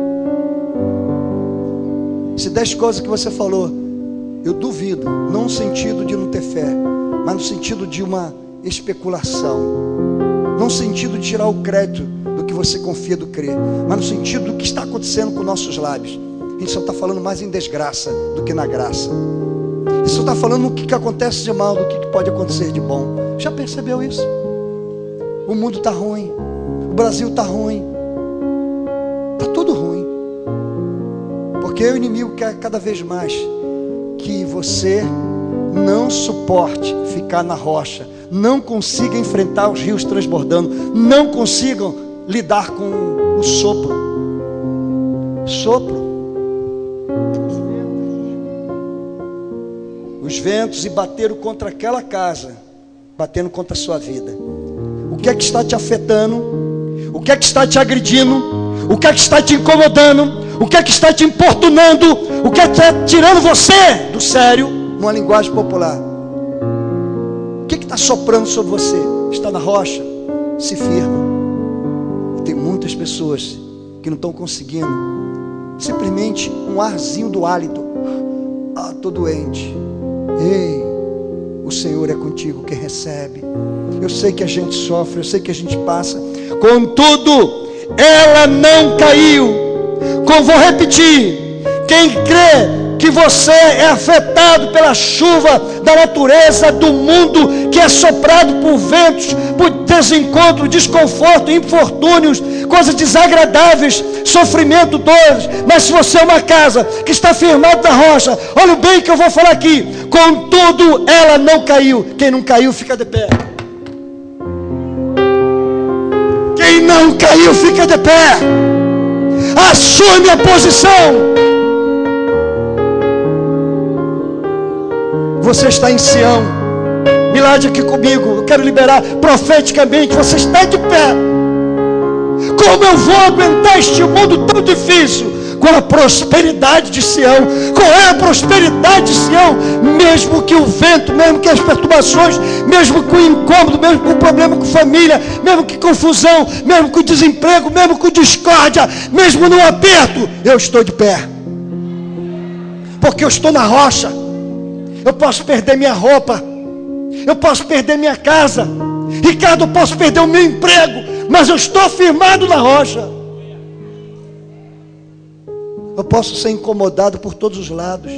S1: Se 10 coisas que você falou, eu duvido, não no sentido de não ter fé, mas no sentido de uma especulação, não no sentido de tirar o crédito do que você confia, do crer, mas no sentido do que está acontecendo com nossos lábios. A gente só está falando mais em desgraça do que na graça. A gente só está falando no que acontece de mal, do que pode acontecer de bom. Já percebeu isso? O mundo está ruim, o Brasil está ruim, está tudo ruim, porque o inimigo quer cada vez mais que você não suporte ficar na rocha, não consiga enfrentar os rios transbordando, não consigam lidar com o sopro. Os ventos e bateram contra aquela casa, batendo contra a sua vida. O que é que está te afetando? O que é que está te agredindo? O que é que está te incomodando? O que é que está te importunando? O que é que está tirando você do sério? Numa linguagem popular, o que está soprando sobre você? Está na rocha? Se firma. Tem muitas pessoas que não estão conseguindo, simplesmente um arzinho do hálito. Estou doente. Ei, o Senhor é contigo quem recebe. Eu sei que a gente sofre, eu sei que a gente passa, contudo ela não caiu. Como vou repetir, quem crê que você é afetado pela chuva da natureza, do mundo, que é soprado por ventos, por desencontro, desconforto, infortúnios, coisas desagradáveis, sofrimento, dores, mas se você é uma casa que está firmada na rocha, olha o bem que eu vou falar aqui, contudo ela não caiu. Quem não caiu fica de pé. Quem não caiu fica de pé. Assume a posição. Você está em Sião. Milagre aqui comigo. Eu quero liberar profeticamente. Você está de pé. Como eu vou aguentar este mundo tão difícil? com a prosperidade de Sião. Qual é a prosperidade de Sião? Mesmo que o vento, mesmo que as perturbações, mesmo com o incômodo, mesmo com o problema com família, mesmo que confusão, mesmo com desemprego, mesmo com discórdia, mesmo no aperto, eu estou de pé, porque eu estou na rocha. Eu posso perder minha roupa, eu posso perder minha casa, Ricardo, eu posso perder o meu emprego, mas eu estou firmado na rocha. Eu posso ser incomodado por todos os lados.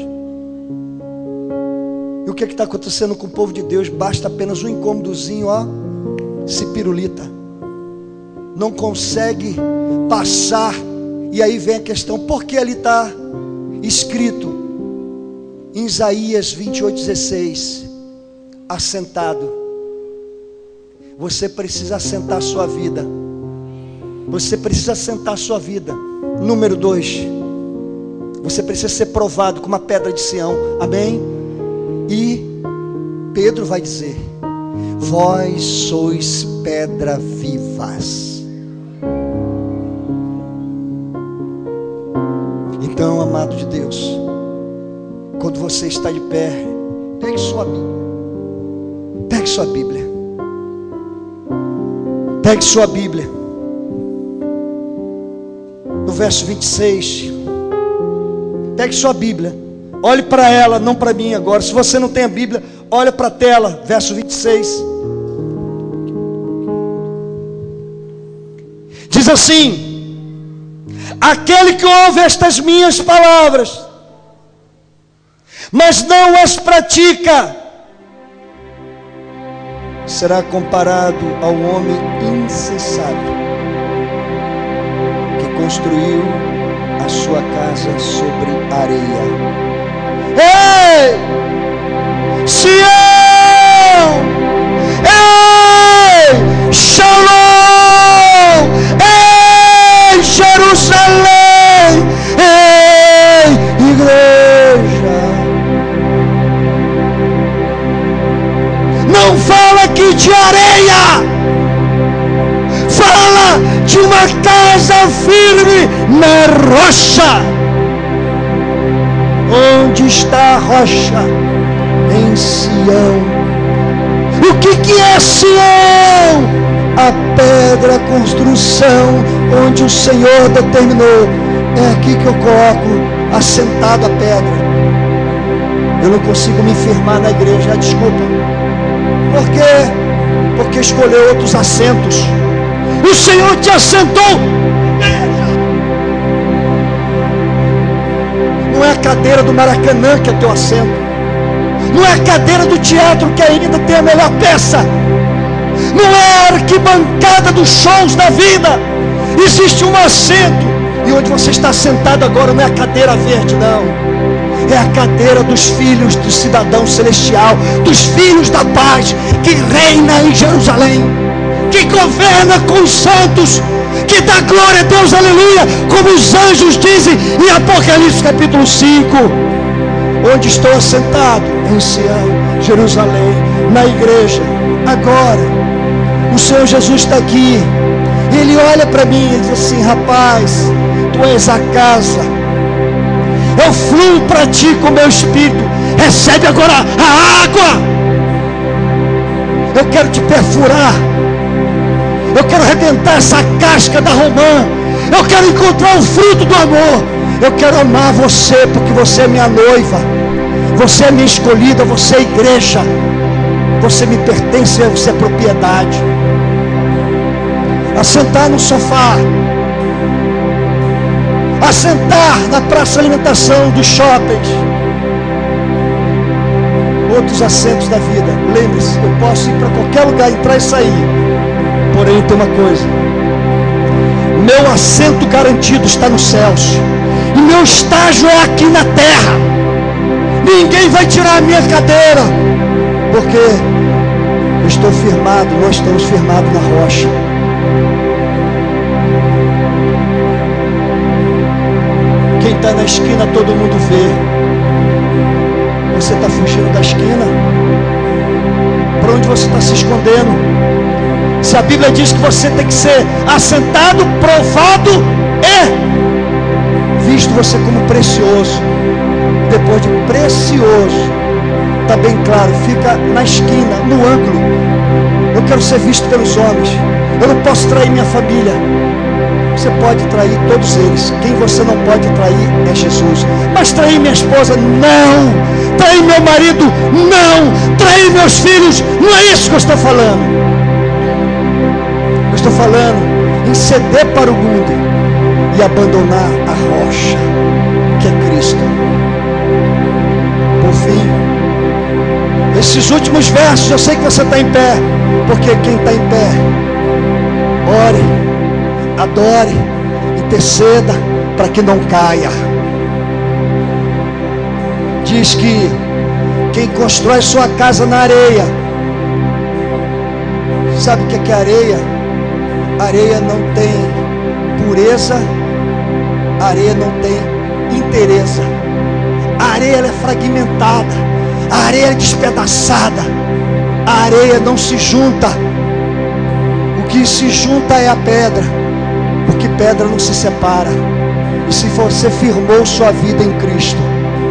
S1: E o que está acontecendo com o povo de Deus? Basta apenas um incômodozinho, ó, se pirulita, não consegue passar. E aí vem a questão, por que ali está escrito em Isaías 28:16, assentado? Você precisa assentar a sua vida. Você precisa assentar a sua vida. Número 2, você precisa ser provado como uma pedra de Sião. Amém? E Pedro vai dizer: vós sois pedra vivas. Então, amado de Deus, quando você está de pé, pegue sua Bíblia. Pegue sua Bíblia. Pegue sua Bíblia. No verso 26. Pegue sua Bíblia. Olhe para ela, não para mim agora. Se você não tem a Bíblia, olha para a tela. Verso 26. Diz assim: aquele que ouve estas minhas palavras, mas não as pratica, será comparado ao homem insensato que construiu a sua casa sobre areia. Ei, Sião! Ei, Shalom! Ei, Jerusalém! Ei, igreja! Não fala aqui de areia, fala de uma casa firme na rocha. Onde está a rocha? Em Sião. O que é Sião? A pedra, a construção onde o Senhor determinou. É aqui que eu coloco assentado a pedra. Eu não consigo me firmar na igreja, desculpa. Por quê? Porque escolheu outros assentos. O Senhor te assentou. Não é a cadeira do Maracanã que é teu assento. Não é a cadeira do teatro que ainda tem a melhor peça. Não é a arquibancada dos shows da vida. Existe um assento. E onde você está sentado agora não é a cadeira verde, não. É a cadeira dos filhos do cidadão celestial, dos filhos da paz, que reina em Jerusalém, que governa com os santos, que dá glória a Deus, aleluia, como os anjos dizem em Apocalipse capítulo 5. Onde estou assentado? Em Sião, Jerusalém, na igreja. Agora, o Senhor Jesus está aqui. Ele olha para mim e diz assim: rapaz, tu és a casa. Eu fluo para ti com o meu espírito. Recebe agora a água. Eu quero te perfurar. Eu quero arrebentar essa casca da romã. Eu quero encontrar o fruto do amor. Eu quero amar você, porque você é minha noiva. Você é minha escolhida. Você é igreja. Você me pertence, você é propriedade. Assentar no sofá, assentar na praça de alimentação dos shoppings, outros assentos da vida. Lembre-se, eu posso ir para qualquer lugar, entrar e sair. Porém tem uma coisa: meu assento garantido está nos céus, e meu estágio é aqui na terra. Ninguém vai tirar a minha cadeira, porque eu estou firmado, nós estamos firmados na rocha. Quem está na esquina todo mundo vê. Você está fugindo da esquina? Para onde você está se escondendo? Se a Bíblia diz que você tem que ser assentado, provado e visto você como precioso. Depois de precioso, está bem claro, fica na esquina, no ângulo. Eu quero ser visto pelos homens. Eu não posso trair minha família. Você pode trair todos eles. Quem você não pode trair é Jesus. Mas trair minha esposa, não. Trair meu marido, não. Trair meus filhos, não é isso que eu estou falando. Eu estou falando em ceder para o mundo e abandonar a rocha, que é Cristo. Por fim, esses últimos versos, eu sei que você está em pé, porque quem está em pé, ore, adore, interceda para que não caia. Diz que quem constrói sua casa na areia, sabe o que é areia? Areia não tem pureza, areia não tem inteireza. A areia ela é fragmentada, a areia é despedaçada, a areia não se junta. O que se junta é a pedra, porque pedra não se separa. E se você firmou sua vida em Cristo,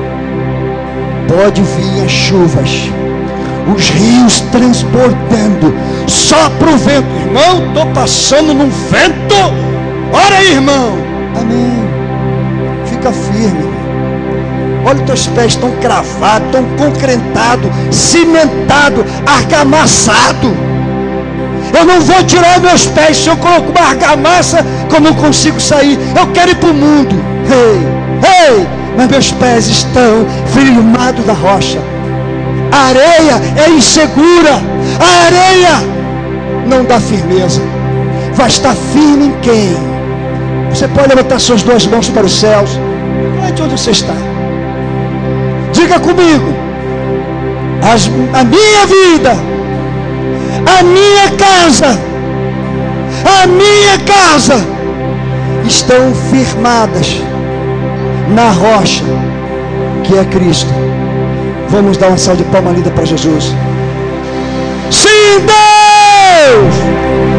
S1: pode vir as chuvas, os rios transbordando, sopra o vento. Irmão, estou passando num vento. Ora aí, irmão. Amém. Fica firme. Olha, os teus pés estão cravados, estão concretados, cimentados, argamassados. Eu não vou tirar meus pés. Se eu coloco uma argamassa, como eu consigo sair? Eu quero ir para o mundo. Ei, mas meus pés estão firmados na rocha. A areia é insegura. A areia não dá firmeza. Vai estar firme em quem? Você pode levantar suas duas mãos para os céus. Onde você está? Diga comigo: a minha vida, a minha casa estão firmadas na rocha, que é Cristo. Vamos dar uma salva de palmas linda para Jesus. Sim, Deus!